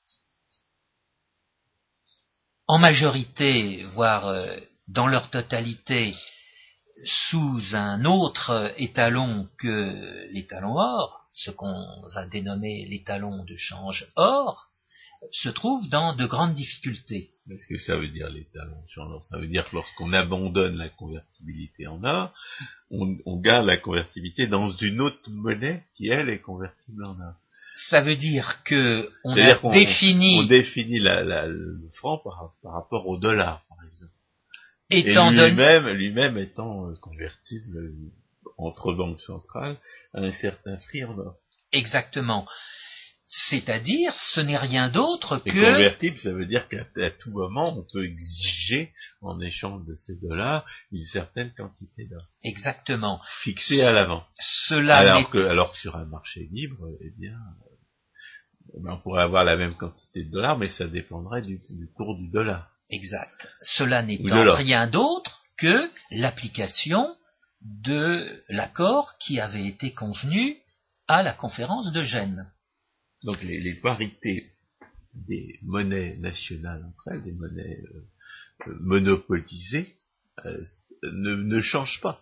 en majorité, voire euh, dans leur totalité, sous un autre étalon que l'étalon or, ce qu'on va dénommer l'étalon de change or, se trouve dans de grandes difficultés. Qu'est-ce que ça veut dire l'étalon de change or? Ça veut dire que lorsqu'on abandonne la convertibilité en or, on, on garde la convertibilité dans une autre monnaie qui, elle, est convertible en or. Ça veut dire que on C'est-à-dire a qu'on, défini... On définit la, la, le franc par, par rapport au dollar, par exemple. Étant Et donné... lui-même, lui-même étant euh, convertible entre banques centrales à un certain prix en or. Exactement. C'est-à-dire, ce n'est rien d'autre que... Et convertible, ça veut dire qu'à à tout moment, on peut exiger, en échange de ces dollars, une certaine quantité d'or. Exactement. Fixée à l'avant. Cela alors, que, alors que sur un marché libre, eh bien, euh, on pourrait avoir la même quantité de dollars, mais ça dépendrait du, du cours du dollar. Exact. Cela n'étant rien d'autre que l'application de l'accord qui avait été convenu à la conférence de Gênes. Donc les, les parités des monnaies nationales entre elles, des monnaies euh, euh, monopolisées, euh, ne, ne changent pas.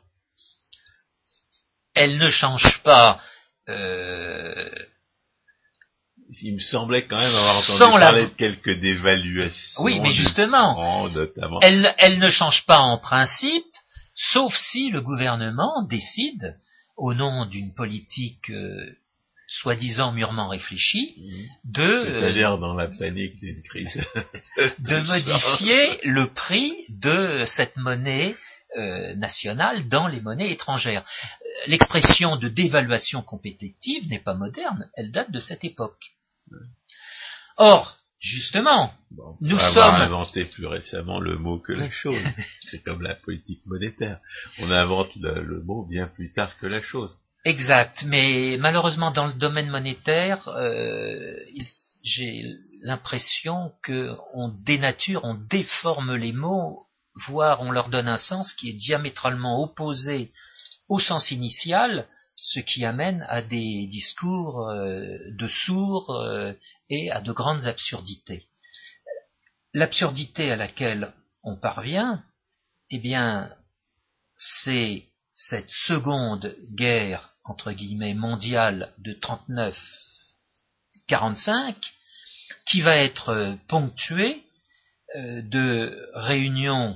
Elles ne changent pas. Euh... Il me semblait quand même avoir entendu parler la... de quelques dévaluations. Oui, mais justement, franc, notamment. Elles, elles ne changent pas en principe, sauf si le gouvernement décide, au nom d'une politique euh, soi-disant mûrement réfléchie, mmh. de... C'est-à-dire euh, dans la panique d'une crise. de modifier le prix de cette monnaie euh, nationale dans les monnaies étrangères. L'expression de dévaluation compétitive n'est pas moderne, elle date de cette époque. Or, justement, bon, nous sommes... sommes... On a inventé plus récemment le mot que la chose. C'est comme la politique monétaire. On invente le, le mot bien plus tard que la chose. Exact, mais malheureusement dans le domaine monétaire, euh, il, j'ai l'impression qu'on dénature, on déforme les mots, voire on leur donne un sens qui est diamétralement opposé au sens initial, ce qui amène à des discours euh, de sourds euh, et à de grandes absurdités. L'absurdité à laquelle on parvient, eh bien, c'est cette seconde guerre entre guillemets mondiale de trente-neuf quarante-cinq qui va être ponctuée euh, de réunions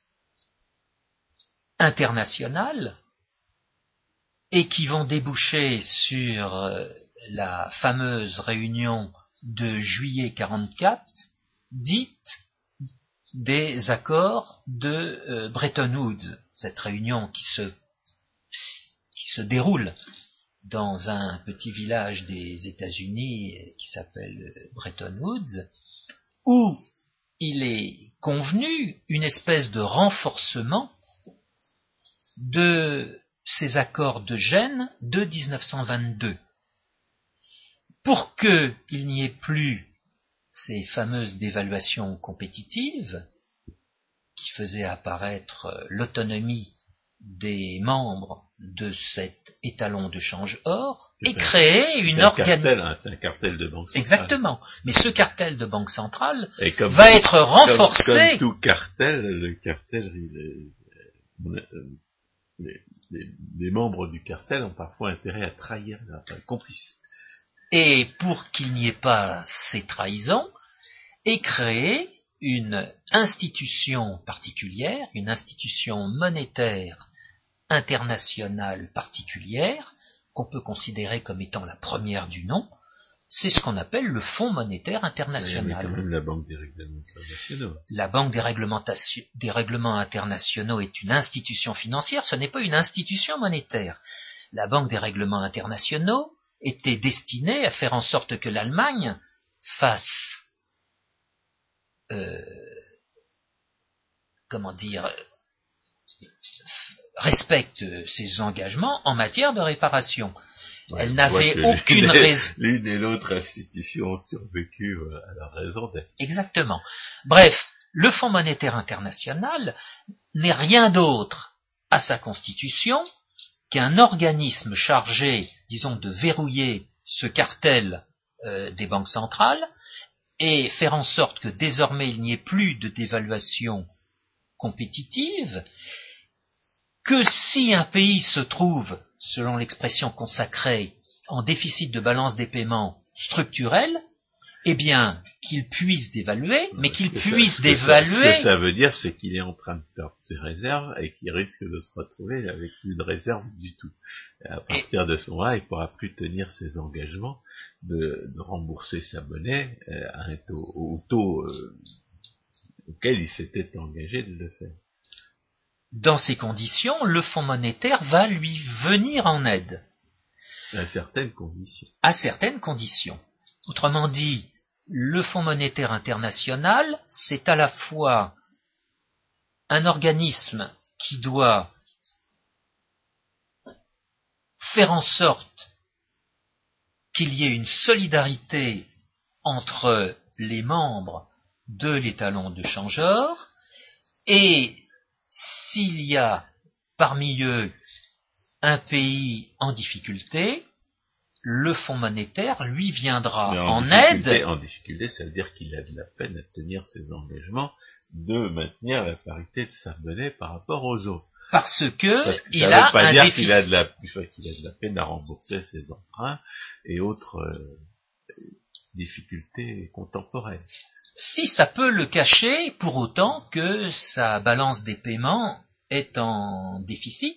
internationales et qui vont déboucher sur euh, la fameuse réunion de juillet quarante-quatre, dite des accords de euh, Bretton Woods, cette réunion qui se, qui se déroule dans un petit village des États-Unis qui s'appelle Bretton Woods, où il est convenu une espèce de renforcement de ces accords de Gênes de dix-neuf cent vingt-deux. Pour qu'il n'y ait plus ces fameuses dévaluations compétitives qui faisaient apparaître l'autonomie des membres de cet étalon de change or et créer une organisation. C'est un cartel de banque centrale. Exactement. Mais ce cartel de banque centrale comme, va être renforcé. Comme, comme tout cartel, le cartel, les, les, les, les membres du cartel ont parfois intérêt à trahir leurs complices. Et pour qu'il n'y ait pas ces trahisons, est créée une institution particulière, une institution monétaire internationale particulière, qu'on peut considérer comme étant la première du nom, c'est ce qu'on appelle le Fonds monétaire international. Mais quand même la Banque des règlements internationaux. La Banque des, réglementation, des règlements internationaux est une institution financière, ce n'est pas une institution monétaire. La Banque des règlements internationaux était destinée à faire en sorte que l'Allemagne fasse, euh, comment dire, respecte ses engagements en matière de réparation. Ouais, Elle n'avait aucune raison. L'une et l'autre institution ont survécu à leur raison d'être. Exactement. Bref, le Fonds monétaire international n'est rien d'autre à sa constitution qu'un organisme chargé, disons, de verrouiller ce cartel euh, des banques centrales et faire en sorte que désormais il n'y ait plus de dévaluation compétitive, que si un pays se trouve, selon l'expression consacrée, en déficit de balance des paiements structurel, eh bien, qu'il puisse dévaluer, mais qu'il puisse ça, dévaluer... Ça, ce que ça veut dire, c'est qu'il est en train de perdre ses réserves et qu'il risque de se retrouver avec plus de réserve du tout. Et à partir et... de ce moment-là, il ne pourra plus tenir ses engagements de, de rembourser sa monnaie euh, à un taux, au taux euh, auquel il s'était engagé de le faire. dans ces conditions, le Fonds monétaire va lui venir en aide. À certaines conditions. À certaines conditions. Autrement dit, le Fonds monétaire international, c'est à la fois un organisme qui doit faire en sorte qu'il y ait une solidarité entre les membres de l'étalon de changeur, et s'il y a parmi eux un pays en difficulté, le Fonds monétaire lui viendra en, en aide. En difficulté, ça veut dire qu'il a de la peine à tenir ses engagements de maintenir la parité de sa monnaie par rapport aux autres. Parce que, Parce que il ça a veut pas un dire déficit. qu'il a de la, qu'il a de la peine à rembourser ses emprunts et autres euh, difficultés contemporaines. Si ça peut le cacher, pour autant que sa balance des paiements est en déficit,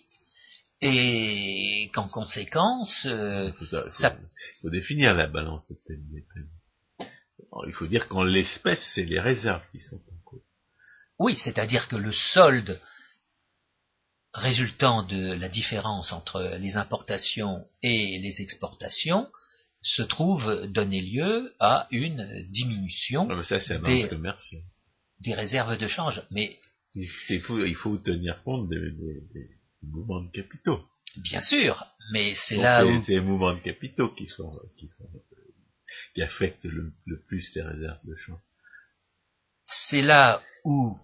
et qu'en conséquence, euh, il, faut ça, ça... faut, il faut définir la balance des paiements. Alors, il faut dire qu'en l'espèce, c'est les réserves qui sont en cause. Oui, c'est-à-dire que le solde résultant de la différence entre les importations et les exportations se trouve donner lieu à une diminution non, mais ça, c'est la des, balance commerciale. des réserves de change. Mais c'est, c'est fou, il faut tenir compte des, des, des mouvements de capitaux. Bien sûr, mais c'est Donc là c'est, où... c'est les mouvements de capitaux qui, sont, qui, font, qui affectent le, le plus les réserves de change. C'est là où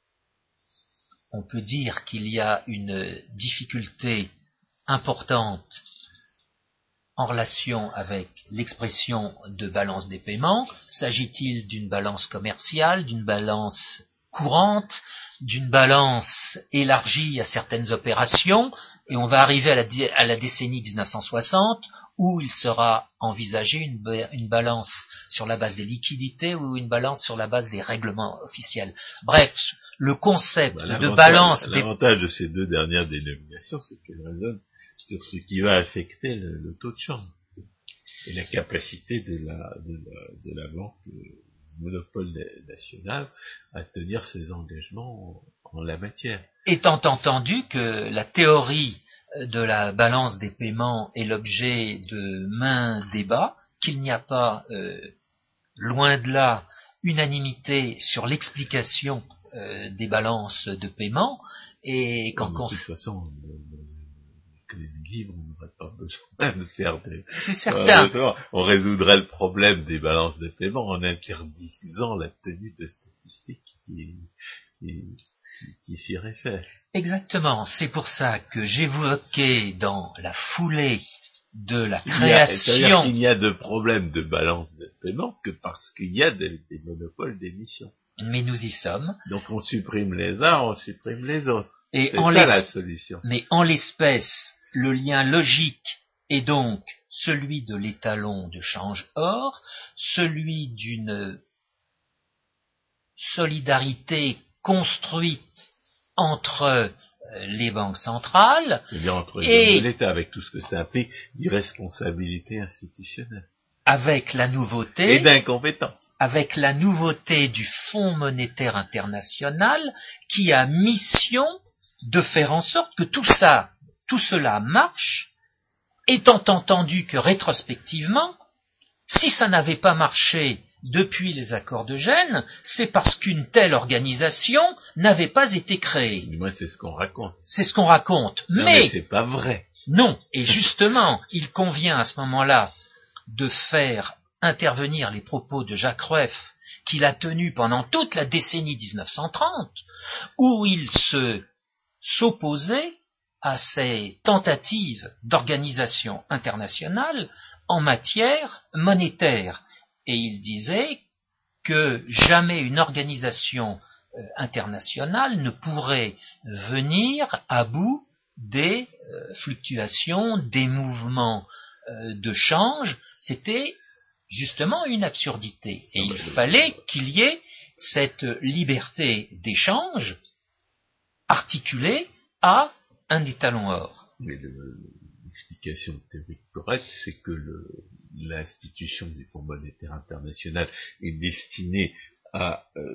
on peut dire qu'il y a une difficulté importante en relation avec l'expression de balance des paiements. S'agit-il d'une balance commerciale, d'une balance courante, d'une balance élargie à certaines opérations, et on va arriver à la, à la décennie dix-neuf cent soixante, où il sera envisagé une, une balance sur la base des liquidités ou une balance sur la base des règlements officiels. Bref, le concept bah, de balance... L'avantage de ces deux dernières dénominations, c'est qu'elles raisonnent sur ce qui va affecter le, le taux de change et la capacité de la, de la, de la banque monopole national à tenir ses engagements en, en la matière. Étant entendu que la théorie de la balance des paiements est l'objet de maints débats, qu'il n'y a pas, euh, loin de là, unanimité sur l'explication euh, des balances de paiement, et qu'en de toute façon, l'économie libre, on n'aurait pas besoin de faire des... C'est certain. Euh, on résoudrait le problème des balances de paiement en interdisant la tenue de statistiques qui, qui, qui s'y réfèrent. Exactement. C'est pour ça que j'évoquais dans la foulée de la création... Il y a, c'est-à-dire qu'il n'y a de problème de balance de paiement que parce qu'il y a des, des monopoles d'émission. Mais nous y sommes. Donc on supprime les uns, on supprime les autres. Et c'est en ça la solution. Mais en l'espèce, le lien logique est donc celui de l'étalon de change or, celui d'une solidarité construite entre les banques centrales, c'est-à-dire entre et l'État, avec tout ce que ça implique d'irresponsabilité institutionnelle, avec la nouveauté et d'incompétence, avec la nouveauté du Fonds monétaire international qui a mission de faire en sorte que tout ça, tout cela marche, étant entendu que rétrospectivement, si ça n'avait pas marché depuis les accords de Gênes, c'est parce qu'une telle organisation n'avait pas été créée. Du moins, c'est ce qu'on raconte. C'est ce qu'on raconte. Non, mais, mais c'est pas vrai. Non. Et justement, il convient à ce moment-là de faire intervenir les propos de Jacques Rueff, qu'il a tenus pendant toute la décennie dix-neuf cent trente, où il se s'opposait à ces tentatives d'organisation internationale en matière monétaire. Et il disait que jamais une organisation euh, internationale ne pourrait venir à bout des euh, fluctuations, des mouvements euh, de change. C'était justement une absurdité. Et il fallait qu'il y ait cette liberté d'échange articulée à un étalon or. Mais le, l'explication théorique correcte, c'est que le, l'institution du Fonds monétaire international est destinée à euh,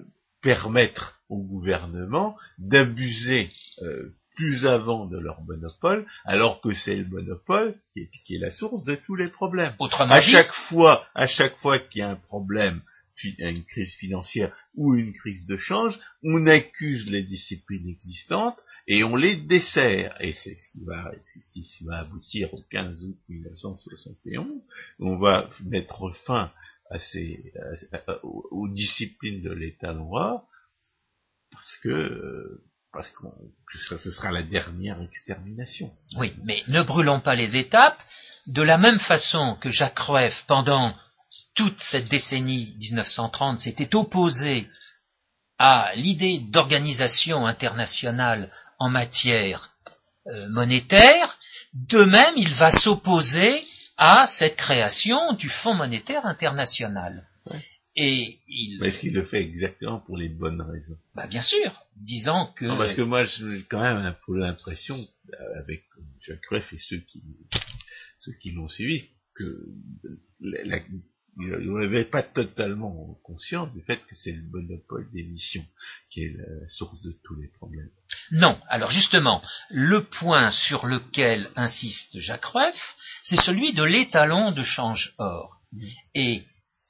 permettre au gouvernement d'abuser euh, plus avant de leur monopole, alors que c'est le monopole qui est, qui est la source de tous les problèmes. Autrement à dit, chaque fois, à chaque fois qu'il y a un problème, une crise financière ou une crise de change, on accuse les disciplines existantes et on les dessert. Et c'est ce qui va, c'est ce qui va aboutir au quinze août mille neuf cent soixante et onze. On va mettre fin à ces, à, à, aux, aux disciplines de l'État noir parce que euh, parce que ce sera la dernière extermination. Oui, mais ne brûlons pas les étapes. De la même façon que Jacques Rueff, pendant toute cette décennie dix-neuf cent trente, s'était opposé à l'idée d'organisation internationale en matière euh, monétaire, de même il va s'opposer à cette création du Fonds monétaire international. Ouais. Et il... Mais est-ce qu'il le fait exactement pour les bonnes raisons? Bah bien sûr, disant que... Non, parce que moi j'ai quand même un peu l'impression, avec Jacques Rueff et ceux qui, ceux qui l'ont suivi, que la, la, il n'avait pas totalement conscience du fait que c'est le monopole d'émission qui est la source de tous les problèmes. Non, alors justement, le point sur lequel insiste Jacques Rueff, c'est celui de l'étalon de change or. Mmh. Et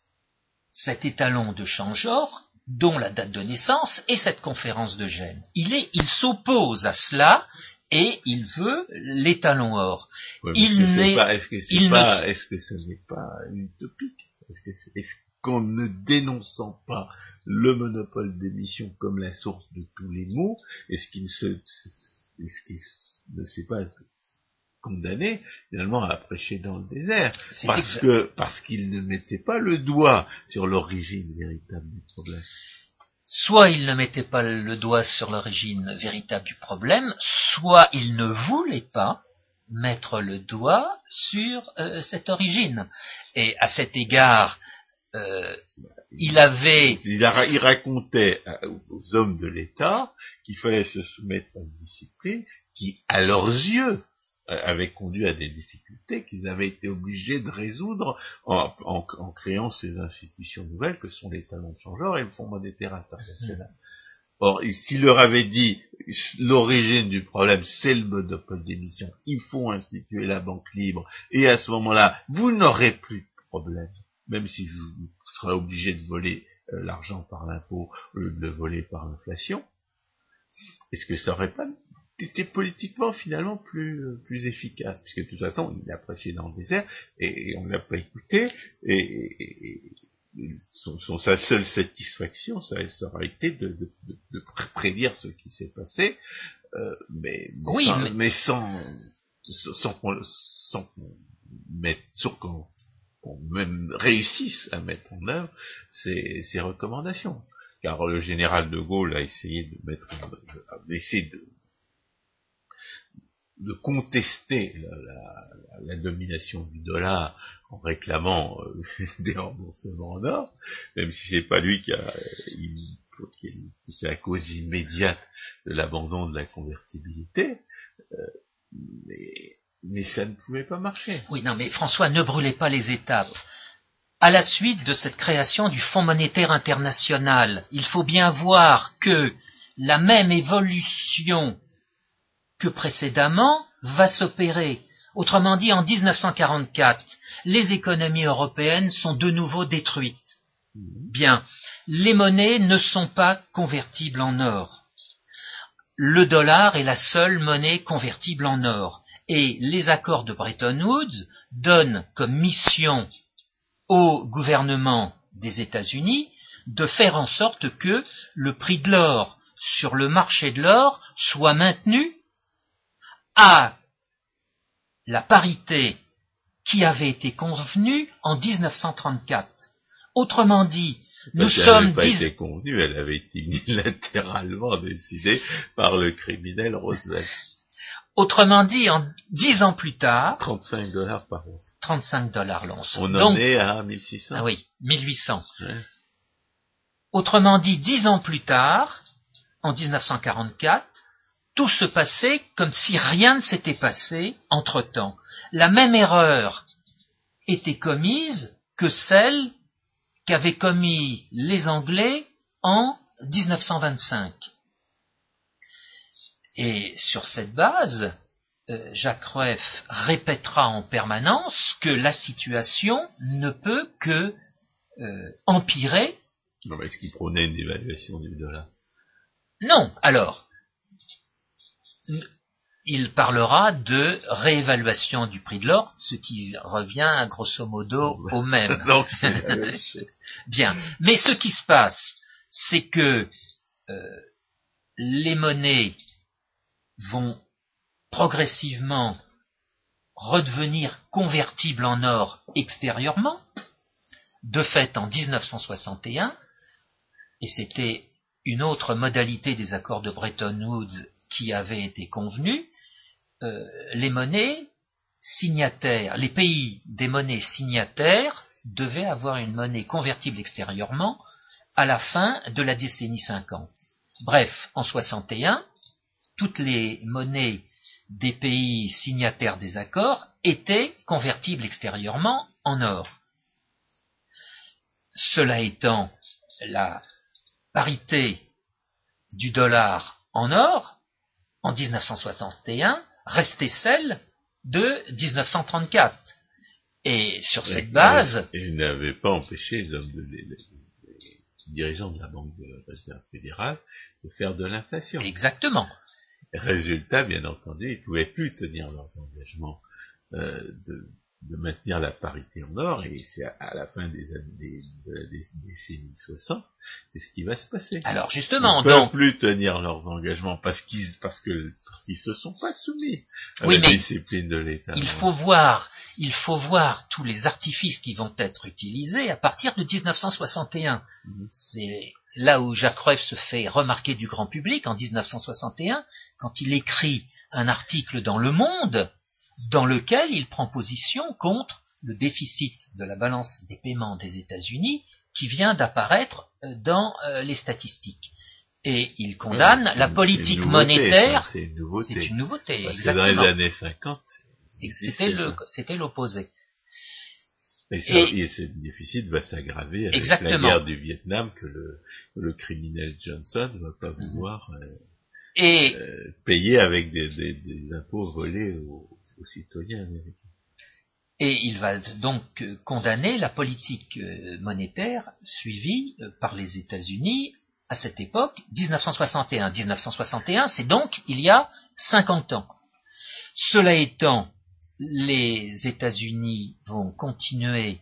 cet étalon de change or, dont la date de naissance est cette conférence de Gênes. Il est, il s'oppose à cela et il veut l'étalon or. Ouais, il est-ce, n'est, que pas, est-ce que c'est il pas, ne... est-ce que ce n'est pas utopique? Est-ce que c'est, est-ce qu'en ne dénonçant pas le monopole d'émission comme la source de tous les maux, est-ce qu'il ne se, est-ce qu'il ne s'est pas condamné finalement à prêcher dans le désert, c'est parce exact. que parce qu'il ne mettait pas le doigt sur l'origine véritable du problème. Soit il ne mettait pas le doigt sur l'origine véritable du problème, soit il ne voulait pas mettre le doigt sur euh, cette origine. Et à cet égard, euh, il avait... Il, a, il racontait aux hommes de l'État qu'il fallait se soumettre à une discipline qui, à leurs yeux, avait conduit à des difficultés qu'ils avaient été obligés de résoudre en, en, en créant ces institutions nouvelles que sont les talons de changeur et le Fonds monétaire international. Or, s'il leur avait dit l'origine du problème, c'est le monopole d'émission, il faut instituer la banque libre, et à ce moment-là, vous n'aurez plus de problème, même si vous serez obligé de voler euh, l'argent par l'impôt au lieu de le voler par l'inflation. Est-ce que ça aurait pas était politiquement finalement plus plus efficace, puisque de toute façon il a prêché dans le désert et, et on ne l'a pas écouté et, et, et son, son, sa seule satisfaction ça, ça aurait été de, de, de, de prédire ce qui s'est passé, euh, mais, mais, oui, sans, mais... mais sans sans qu'on sans qu'on mette sur qu'on, qu'on même réussisse à mettre en œuvre ces, ces recommandations, car le général de Gaulle a essayé de mettre d'essayer de de contester la, la, la domination du dollar en réclamant euh, des remboursements en or, même si c'est pas lui qui a, il, qui est la cause immédiate de l'abandon de la convertibilité, euh, mais, mais ça ne pouvait pas marcher. Oui, non, mais François, ne brûlez pas les étapes. À la suite de cette création du Fonds monétaire international, il faut bien voir que la même évolution que précédemment va s'opérer. Autrement dit, en dix-neuf cent quarante-quatre, les économies européennes sont de nouveau détruites. Bien, les monnaies ne sont pas convertibles en or. Le dollar est la seule monnaie convertible en or. Et les accords de Bretton Woods donnent comme mission au gouvernement des États-Unis de faire en sorte que le prix de l'or sur le marché de l'or soit maintenu à la parité qui avait été convenue en dix-neuf cent trente-quatre. Autrement dit, nous Parce sommes... Elle n'avait pas dix... été convenue, elle avait été unilatéralement décidée par le criminel Roosevelt. Autrement dit, en dix ans plus tard... trente-cinq dollars par once. trente-cinq dollars l'once. On Donc, en est à mille six cents. Ah oui, mille huit cents. Ouais. Autrement dit, dix ans plus tard, en dix-neuf cent quarante-quatre, tout se passait comme si rien ne s'était passé entre-temps. La même erreur était commise que celle qu'avaient commis les Anglais en dix-neuf cent vingt-cinq. Et sur cette base, euh, Jacques Rueff répétera en permanence que la situation ne peut que euh, empirer. Non, mais est-ce qu'il prônait une dévaluation du dollar? Non, alors, il parlera de réévaluation du prix de l'or, ce qui revient grosso modo au même. Donc c'est la même chose. Bien, mais ce qui se passe, c'est que euh, les monnaies vont progressivement redevenir convertibles en or extérieurement. De fait, en dix-neuf cent soixante et un, et c'était une autre modalité des accords de Bretton Woods qui avait été convenue, euh, les monnaies signataires, les pays des monnaies signataires devaient avoir une monnaie convertible extérieurement à la fin de la décennie cinquante. Bref, en soixante et un, toutes les monnaies des pays signataires des accords étaient convertibles extérieurement en or. Cela étant, la parité du dollar en or, en dix-neuf cent soixante et un, restait celle de dix-neuf cent trente-quatre. Et sur cette base... Et il n'avait pas empêché les hommes de, les, les, les dirigeants de la Banque de Réserve fédérale de faire de l'inflation. Exactement. Résultat, bien entendu, ils ne pouvaient plus tenir leurs engagements euh, de, de maintenir la parité en or, et c'est à, à la fin des années des, de la dé, décennie soixante, c'est ce qui va se passer. Alors justement, ils ne peuvent donc, plus tenir leurs engagements parce qu'ils parce que parce qu'ils se sont pas soumis à oui, la mais discipline de l'État. Il faut voir, il faut voir tous les artifices qui vont être utilisés à partir de dix-neuf cent soixante et un. Mmh. C'est là où Jacques Rueff se fait remarquer du grand public en dix-neuf cent soixante et un, quand il écrit un article dans Le Monde, dans lequel il prend position contre le déficit de la balance des paiements des États-Unis qui vient d'apparaître dans euh, les statistiques. Et il condamne ouais, la politique une nouveauté, monétaire. Ça, c'est une nouveauté. C'est une nouveauté, Parce exactement. Que dans les années cinquante, et c'était, le, c'était l'opposé. Et, ça, et, et ce déficit va s'aggraver avec exactement. la guerre du Vietnam que le, le criminel Johnson ne va pas vouloir euh, et, euh, payer avec des, des, des impôts volés aux, aux citoyens américains. Et il va donc condamner la politique monétaire suivie par les États-Unis à cette époque, dix-neuf cent soixante et un. dix-neuf cent soixante et un, c'est donc il y a cinquante ans. Cela étant, les États-Unis vont continuer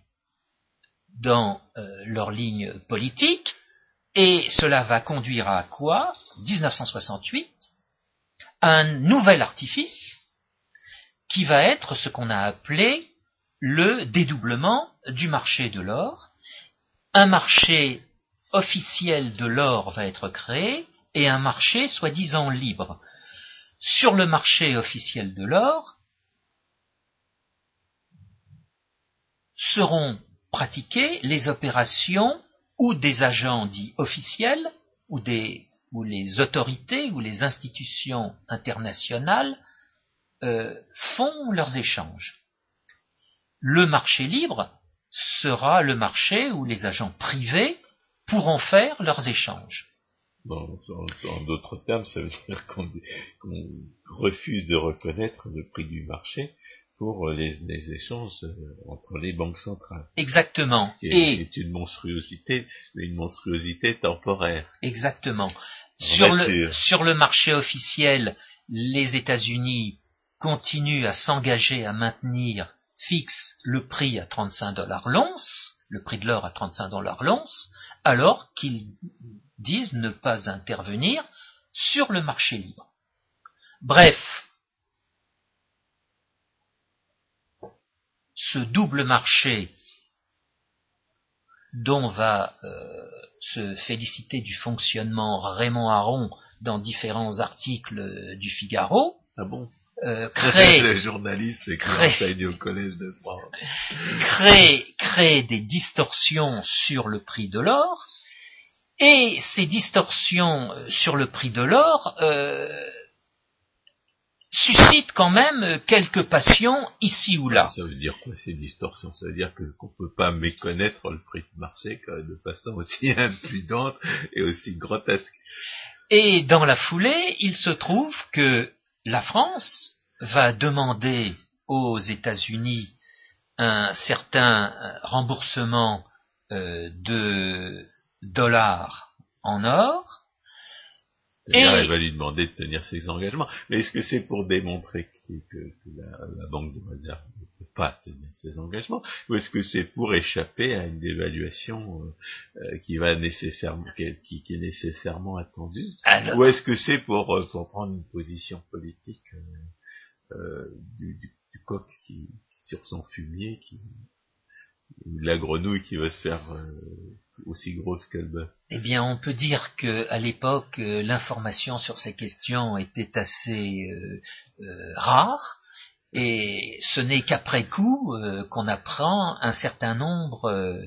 dans euh, leur ligne politique, et cela va conduire à quoi? dix-neuf cent soixante-huit, un nouvel artifice qui va être ce qu'on a appelé le dédoublement du marché de l'or. Un marché officiel de l'or va être créé et un marché soi-disant libre. Sur le marché officiel de l'or seront pratiquées les opérations où des agents dits officiels, ou, des, où les autorités ou les institutions internationales euh, font leurs échanges. Le marché libre sera le marché où les agents privés pourront faire leurs échanges. Bon, en, en d'autres termes, ça veut dire qu'on, qu'on refuse de reconnaître le prix du marché pour les, les échanges entre les banques centrales. Exactement. C'est, Et c'est une monstruosité, mais une monstruosité temporaire. Exactement. Sur le, sur le marché officiel, les États-Unis continuent à s'engager à maintenir fixe le prix à trente-cinq dollars l'once, le prix de l'or à trente-cinq dollars l'once, alors qu'ils disent ne pas intervenir sur le marché libre. Bref, ce double marché dont va euh, se féliciter du fonctionnement Raymond Aron dans différents articles du Figaro, ah bon Euh, crée, les journalistes qui enseignent au Collège de France, crée, crée des distorsions sur le prix de l'or, et ces distorsions sur le prix de l'or euh, suscite quand même quelques passions ici ou là. Ça veut dire quoi ces distorsions? Ça veut dire que qu'on peut pas méconnaître le prix de marché de façon aussi impudente et aussi grotesque. Et dans la foulée, il se trouve que la France va demander aux États-Unis un certain remboursement euh, de dollars en or. C'est-à-dire, elle va lui demander de tenir ses engagements. Mais est-ce que c'est pour démontrer que, que, que la, la Banque de réserve ne peut pas tenir ses engagements, ou est-ce que c'est pour échapper à une dévaluation euh, qui va nécessairement, qui, qui est nécessairement attendue, alors, ou est-ce que c'est pour, pour prendre une position politique euh, euh, du, du, du coq qui sur son fumier, qui ou de la grenouille qui va se faire euh, aussi grosse que le bœuf? Eh bien, on peut dire que à l'époque, euh, l'information sur ces questions était assez euh, euh, rare, et ce n'est qu'après coup euh, qu'on apprend un certain nombre euh,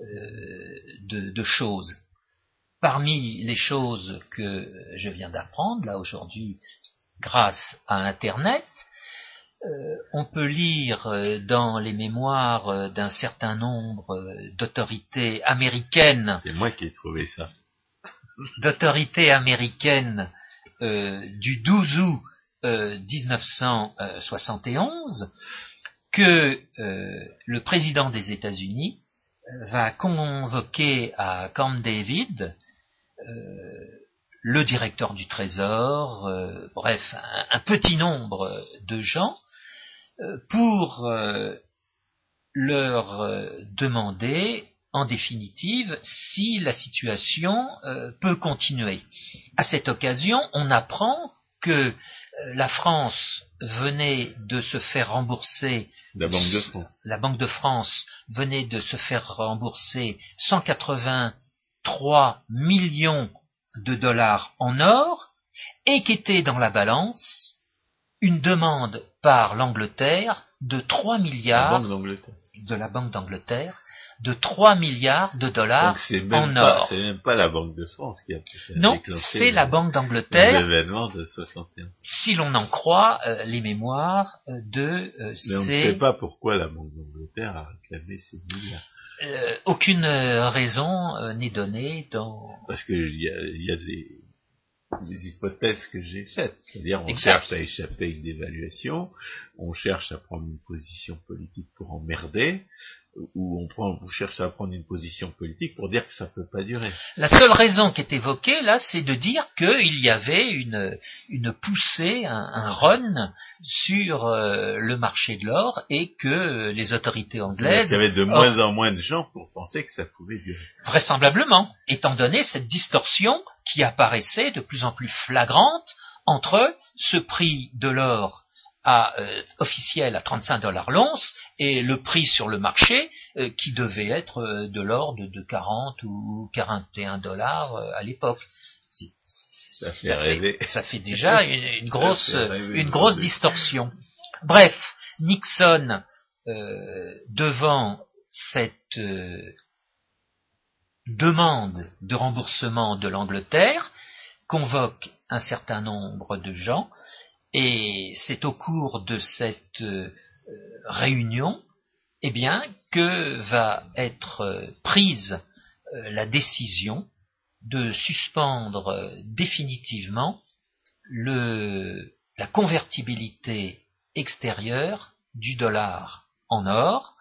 de, de choses. Parmi les choses que je viens d'apprendre là aujourd'hui, grâce à Internet, Euh, on peut lire euh, dans les mémoires euh, d'un certain nombre euh, d'autorités américaines. C'est moi qui ai trouvé ça. D'autorités américaines euh, du douze août euh, dix-neuf cent soixante et onze que euh, le président des États-Unis va convoquer à Camp David euh, le directeur du Trésor, euh, bref, un, un petit nombre de gens, pour euh, leur euh, demander, en définitive, si la situation euh, peut continuer. À cette occasion, on apprend que euh, la France venait de se faire rembourser, la Banque de France. La Banque de France venait de se faire rembourser cent quatre-vingt-trois millions de dollars en or, et qu'était dans la balance une demande par l'Angleterre de trois milliards, la Banque d'Angleterre. de la Banque d'Angleterre, de trois milliards de dollars. Donc c'est même en pas, or. C'est même pas la Banque de France qui a fait Non, c'est la Banque d'Angleterre. L'événement de soixante et onze. Si l'on en croit euh, les mémoires de euh, Mais on ces... ne sait pas pourquoi la Banque d'Angleterre a réclamé ces milliards. Euh, aucune raison euh, n'est donnée dans... Parce que il y a, y a des... des hypothèses que j'ai faites, c'est-à-dire on exact. cherche à échapper à une dévaluation, on cherche à prendre une position politique pour emmerder, ou on, prend, on cherche à prendre une position politique pour dire que ça peut pas durer. La seule raison qui est évoquée là, c'est de dire qu'il y avait une, une poussée, un, un run sur euh, le marché de l'or, et que les autorités anglaises... Il y avait de moins en moins de gens pour penser que ça pouvait durer. Vraisemblablement, étant donné cette distorsion qui apparaissait de plus en plus flagrante entre ce prix de l'or à, euh, officiel à trente-cinq dollars l'once et le prix sur le marché euh, qui devait être euh, de l'ordre de, de quarante ou quarante et un dollars euh, à l'époque. C'est, c'est, ça, fait ça, rêver. fait, ça fait déjà une, une grosse, rêver, une grosse distorsion. Bref, Nixon, euh, devant cette euh, demande de remboursement de l'Angleterre, convoque un certain nombre de gens, et c'est au cours de cette euh, réunion, eh bien, que va être euh, prise euh, la décision de suspendre euh, définitivement le, la convertibilité extérieure du dollar en or.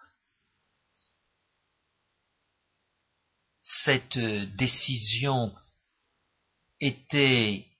Cette euh, décision était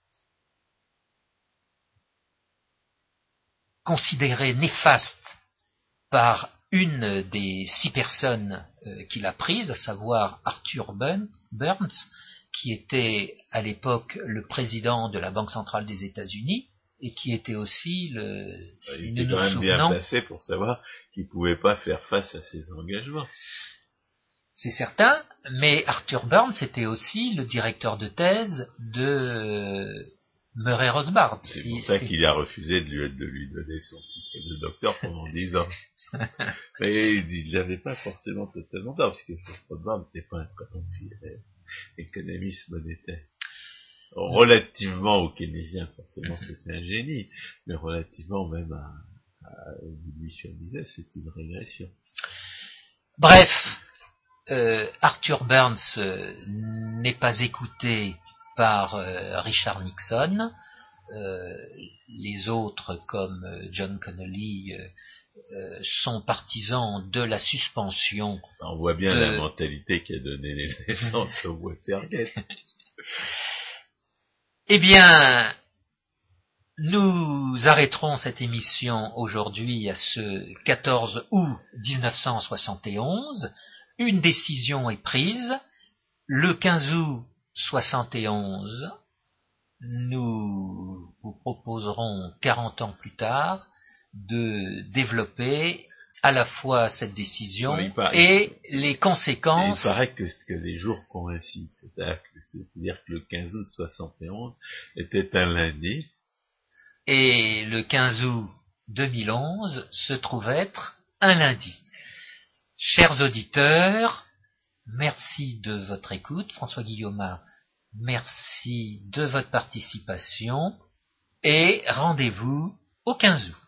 considérée néfaste par une des six personnes euh, qui l'a prise, à savoir Arthur Burns, qui était à l'époque le président de la Banque centrale des États-Unis et qui était aussi le... Il était quand même bien placé pour savoir qu'il ne pouvait pas faire face à ses engagements. C'est certain, mais Arthur Burns était aussi le directeur de thèse de Murray Rothbard. C'est si, pour ça c'est... qu'il a refusé de lui, de lui donner son titre de docteur pendant dix ans. Mais il n'avait pas forcément totalement tort, parce que Rothbard n'était pas un très bon économiste monétaire. relativement aux keynésiens, forcément c'était un génie, mais relativement même à, à Ludwig von Mises, c'est une régression. Bref, euh, Arthur Burns euh, n'est pas écouté par euh, Richard Nixon. Euh, les autres, comme euh, John Connolly, euh, euh, sont partisans de la suspension. On voit bien de... la mentalité qui a donné naissance au Watergate. Eh bien, nous arrêterons cette émission aujourd'hui à ce quatorze août dix-neuf cent soixante et onze. Une décision est prise. Le quinze août soixante et onze, nous vous proposerons quarante ans plus tard de développer à la fois cette décision oui, paraît, et les conséquences. Il paraît que, que les jours coïncident, c'est-à-dire que, c'est-à-dire que le quinze août soixante et onze était un lundi. Et le quinze août deux mille onze se trouve être un lundi. Chers auditeurs, merci de votre écoute. François Guillaume, merci de votre participation et rendez-vous au quinze août.